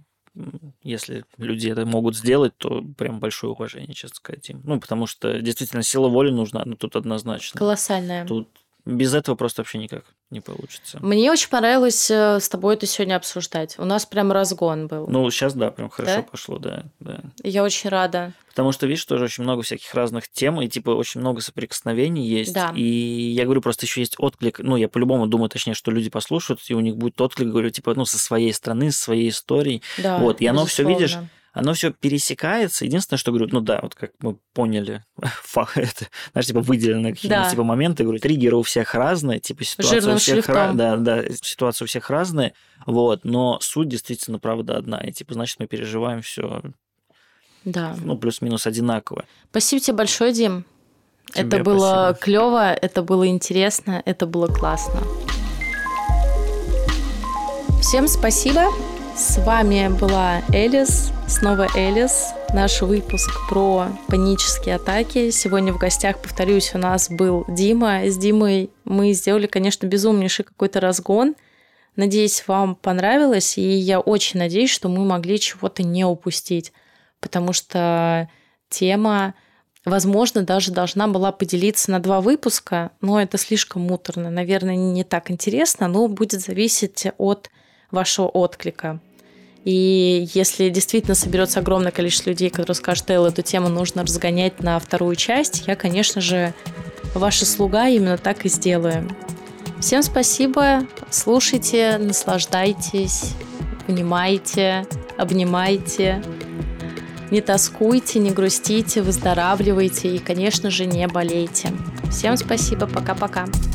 Если люди это могут сделать, то прям большое уважение, честно сказать, им. Ну, потому что действительно сила воли нужна, ну, тут однозначно. Колоссальная. Тут без этого просто вообще никак не получится. Мне очень понравилось с тобой это сегодня обсуждать. У нас прям разгон был. Ну, сейчас, да, прям хорошо да? пошло, да, да. Я очень рада. Потому что, видишь, тоже очень много всяких разных тем, и, типа, очень много соприкосновений есть. Да. И я говорю, просто еще есть отклик. Ну, я по-любому думаю, точнее, что люди послушают, и у них будет отклик, говорю, типа, ну, со своей стороны, со своей историей. Да, вот, и оно все безусловно. видишь... Оно все пересекается. Единственное, что говорю, ну да, вот как мы поняли, это, знаешь, типа выделены какие-то да. типа моменты, говорю, триггеры у всех разные, типа ситуация Жирным у всех разная, да, да, ситуация у всех разная, вот, но суть действительно, правда, одна, и типа, значит, мы переживаем все, да. ну, плюс-минус одинаково. Спасибо тебе большое, Дим. Тебе это было спасибо. клево, это было интересно, это было классно. Всем спасибо. С вами была Элис, снова Элис, наш выпуск про панические атаки. Сегодня в гостях, повторюсь, у нас был Дима. С Димой мы сделали, конечно, безумнейший какой-то разгон. Надеюсь, вам понравилось, и я очень надеюсь, что мы могли чего-то не упустить, потому что тема, возможно, даже должна была поделиться на два выпуска, но это слишком муторно, наверное, не так интересно, но будет зависеть от вашего отклика. И если действительно соберется огромное количество людей, которые скажут, Эл, эту тему нужно разгонять на вторую часть, я, конечно же, ваша слуга, именно так и сделаю. Всем спасибо, слушайте, наслаждайтесь, внимайте, обнимайте, не тоскуйте, не грустите, выздоравливайте и, конечно же, не болейте. Всем спасибо, пока-пока.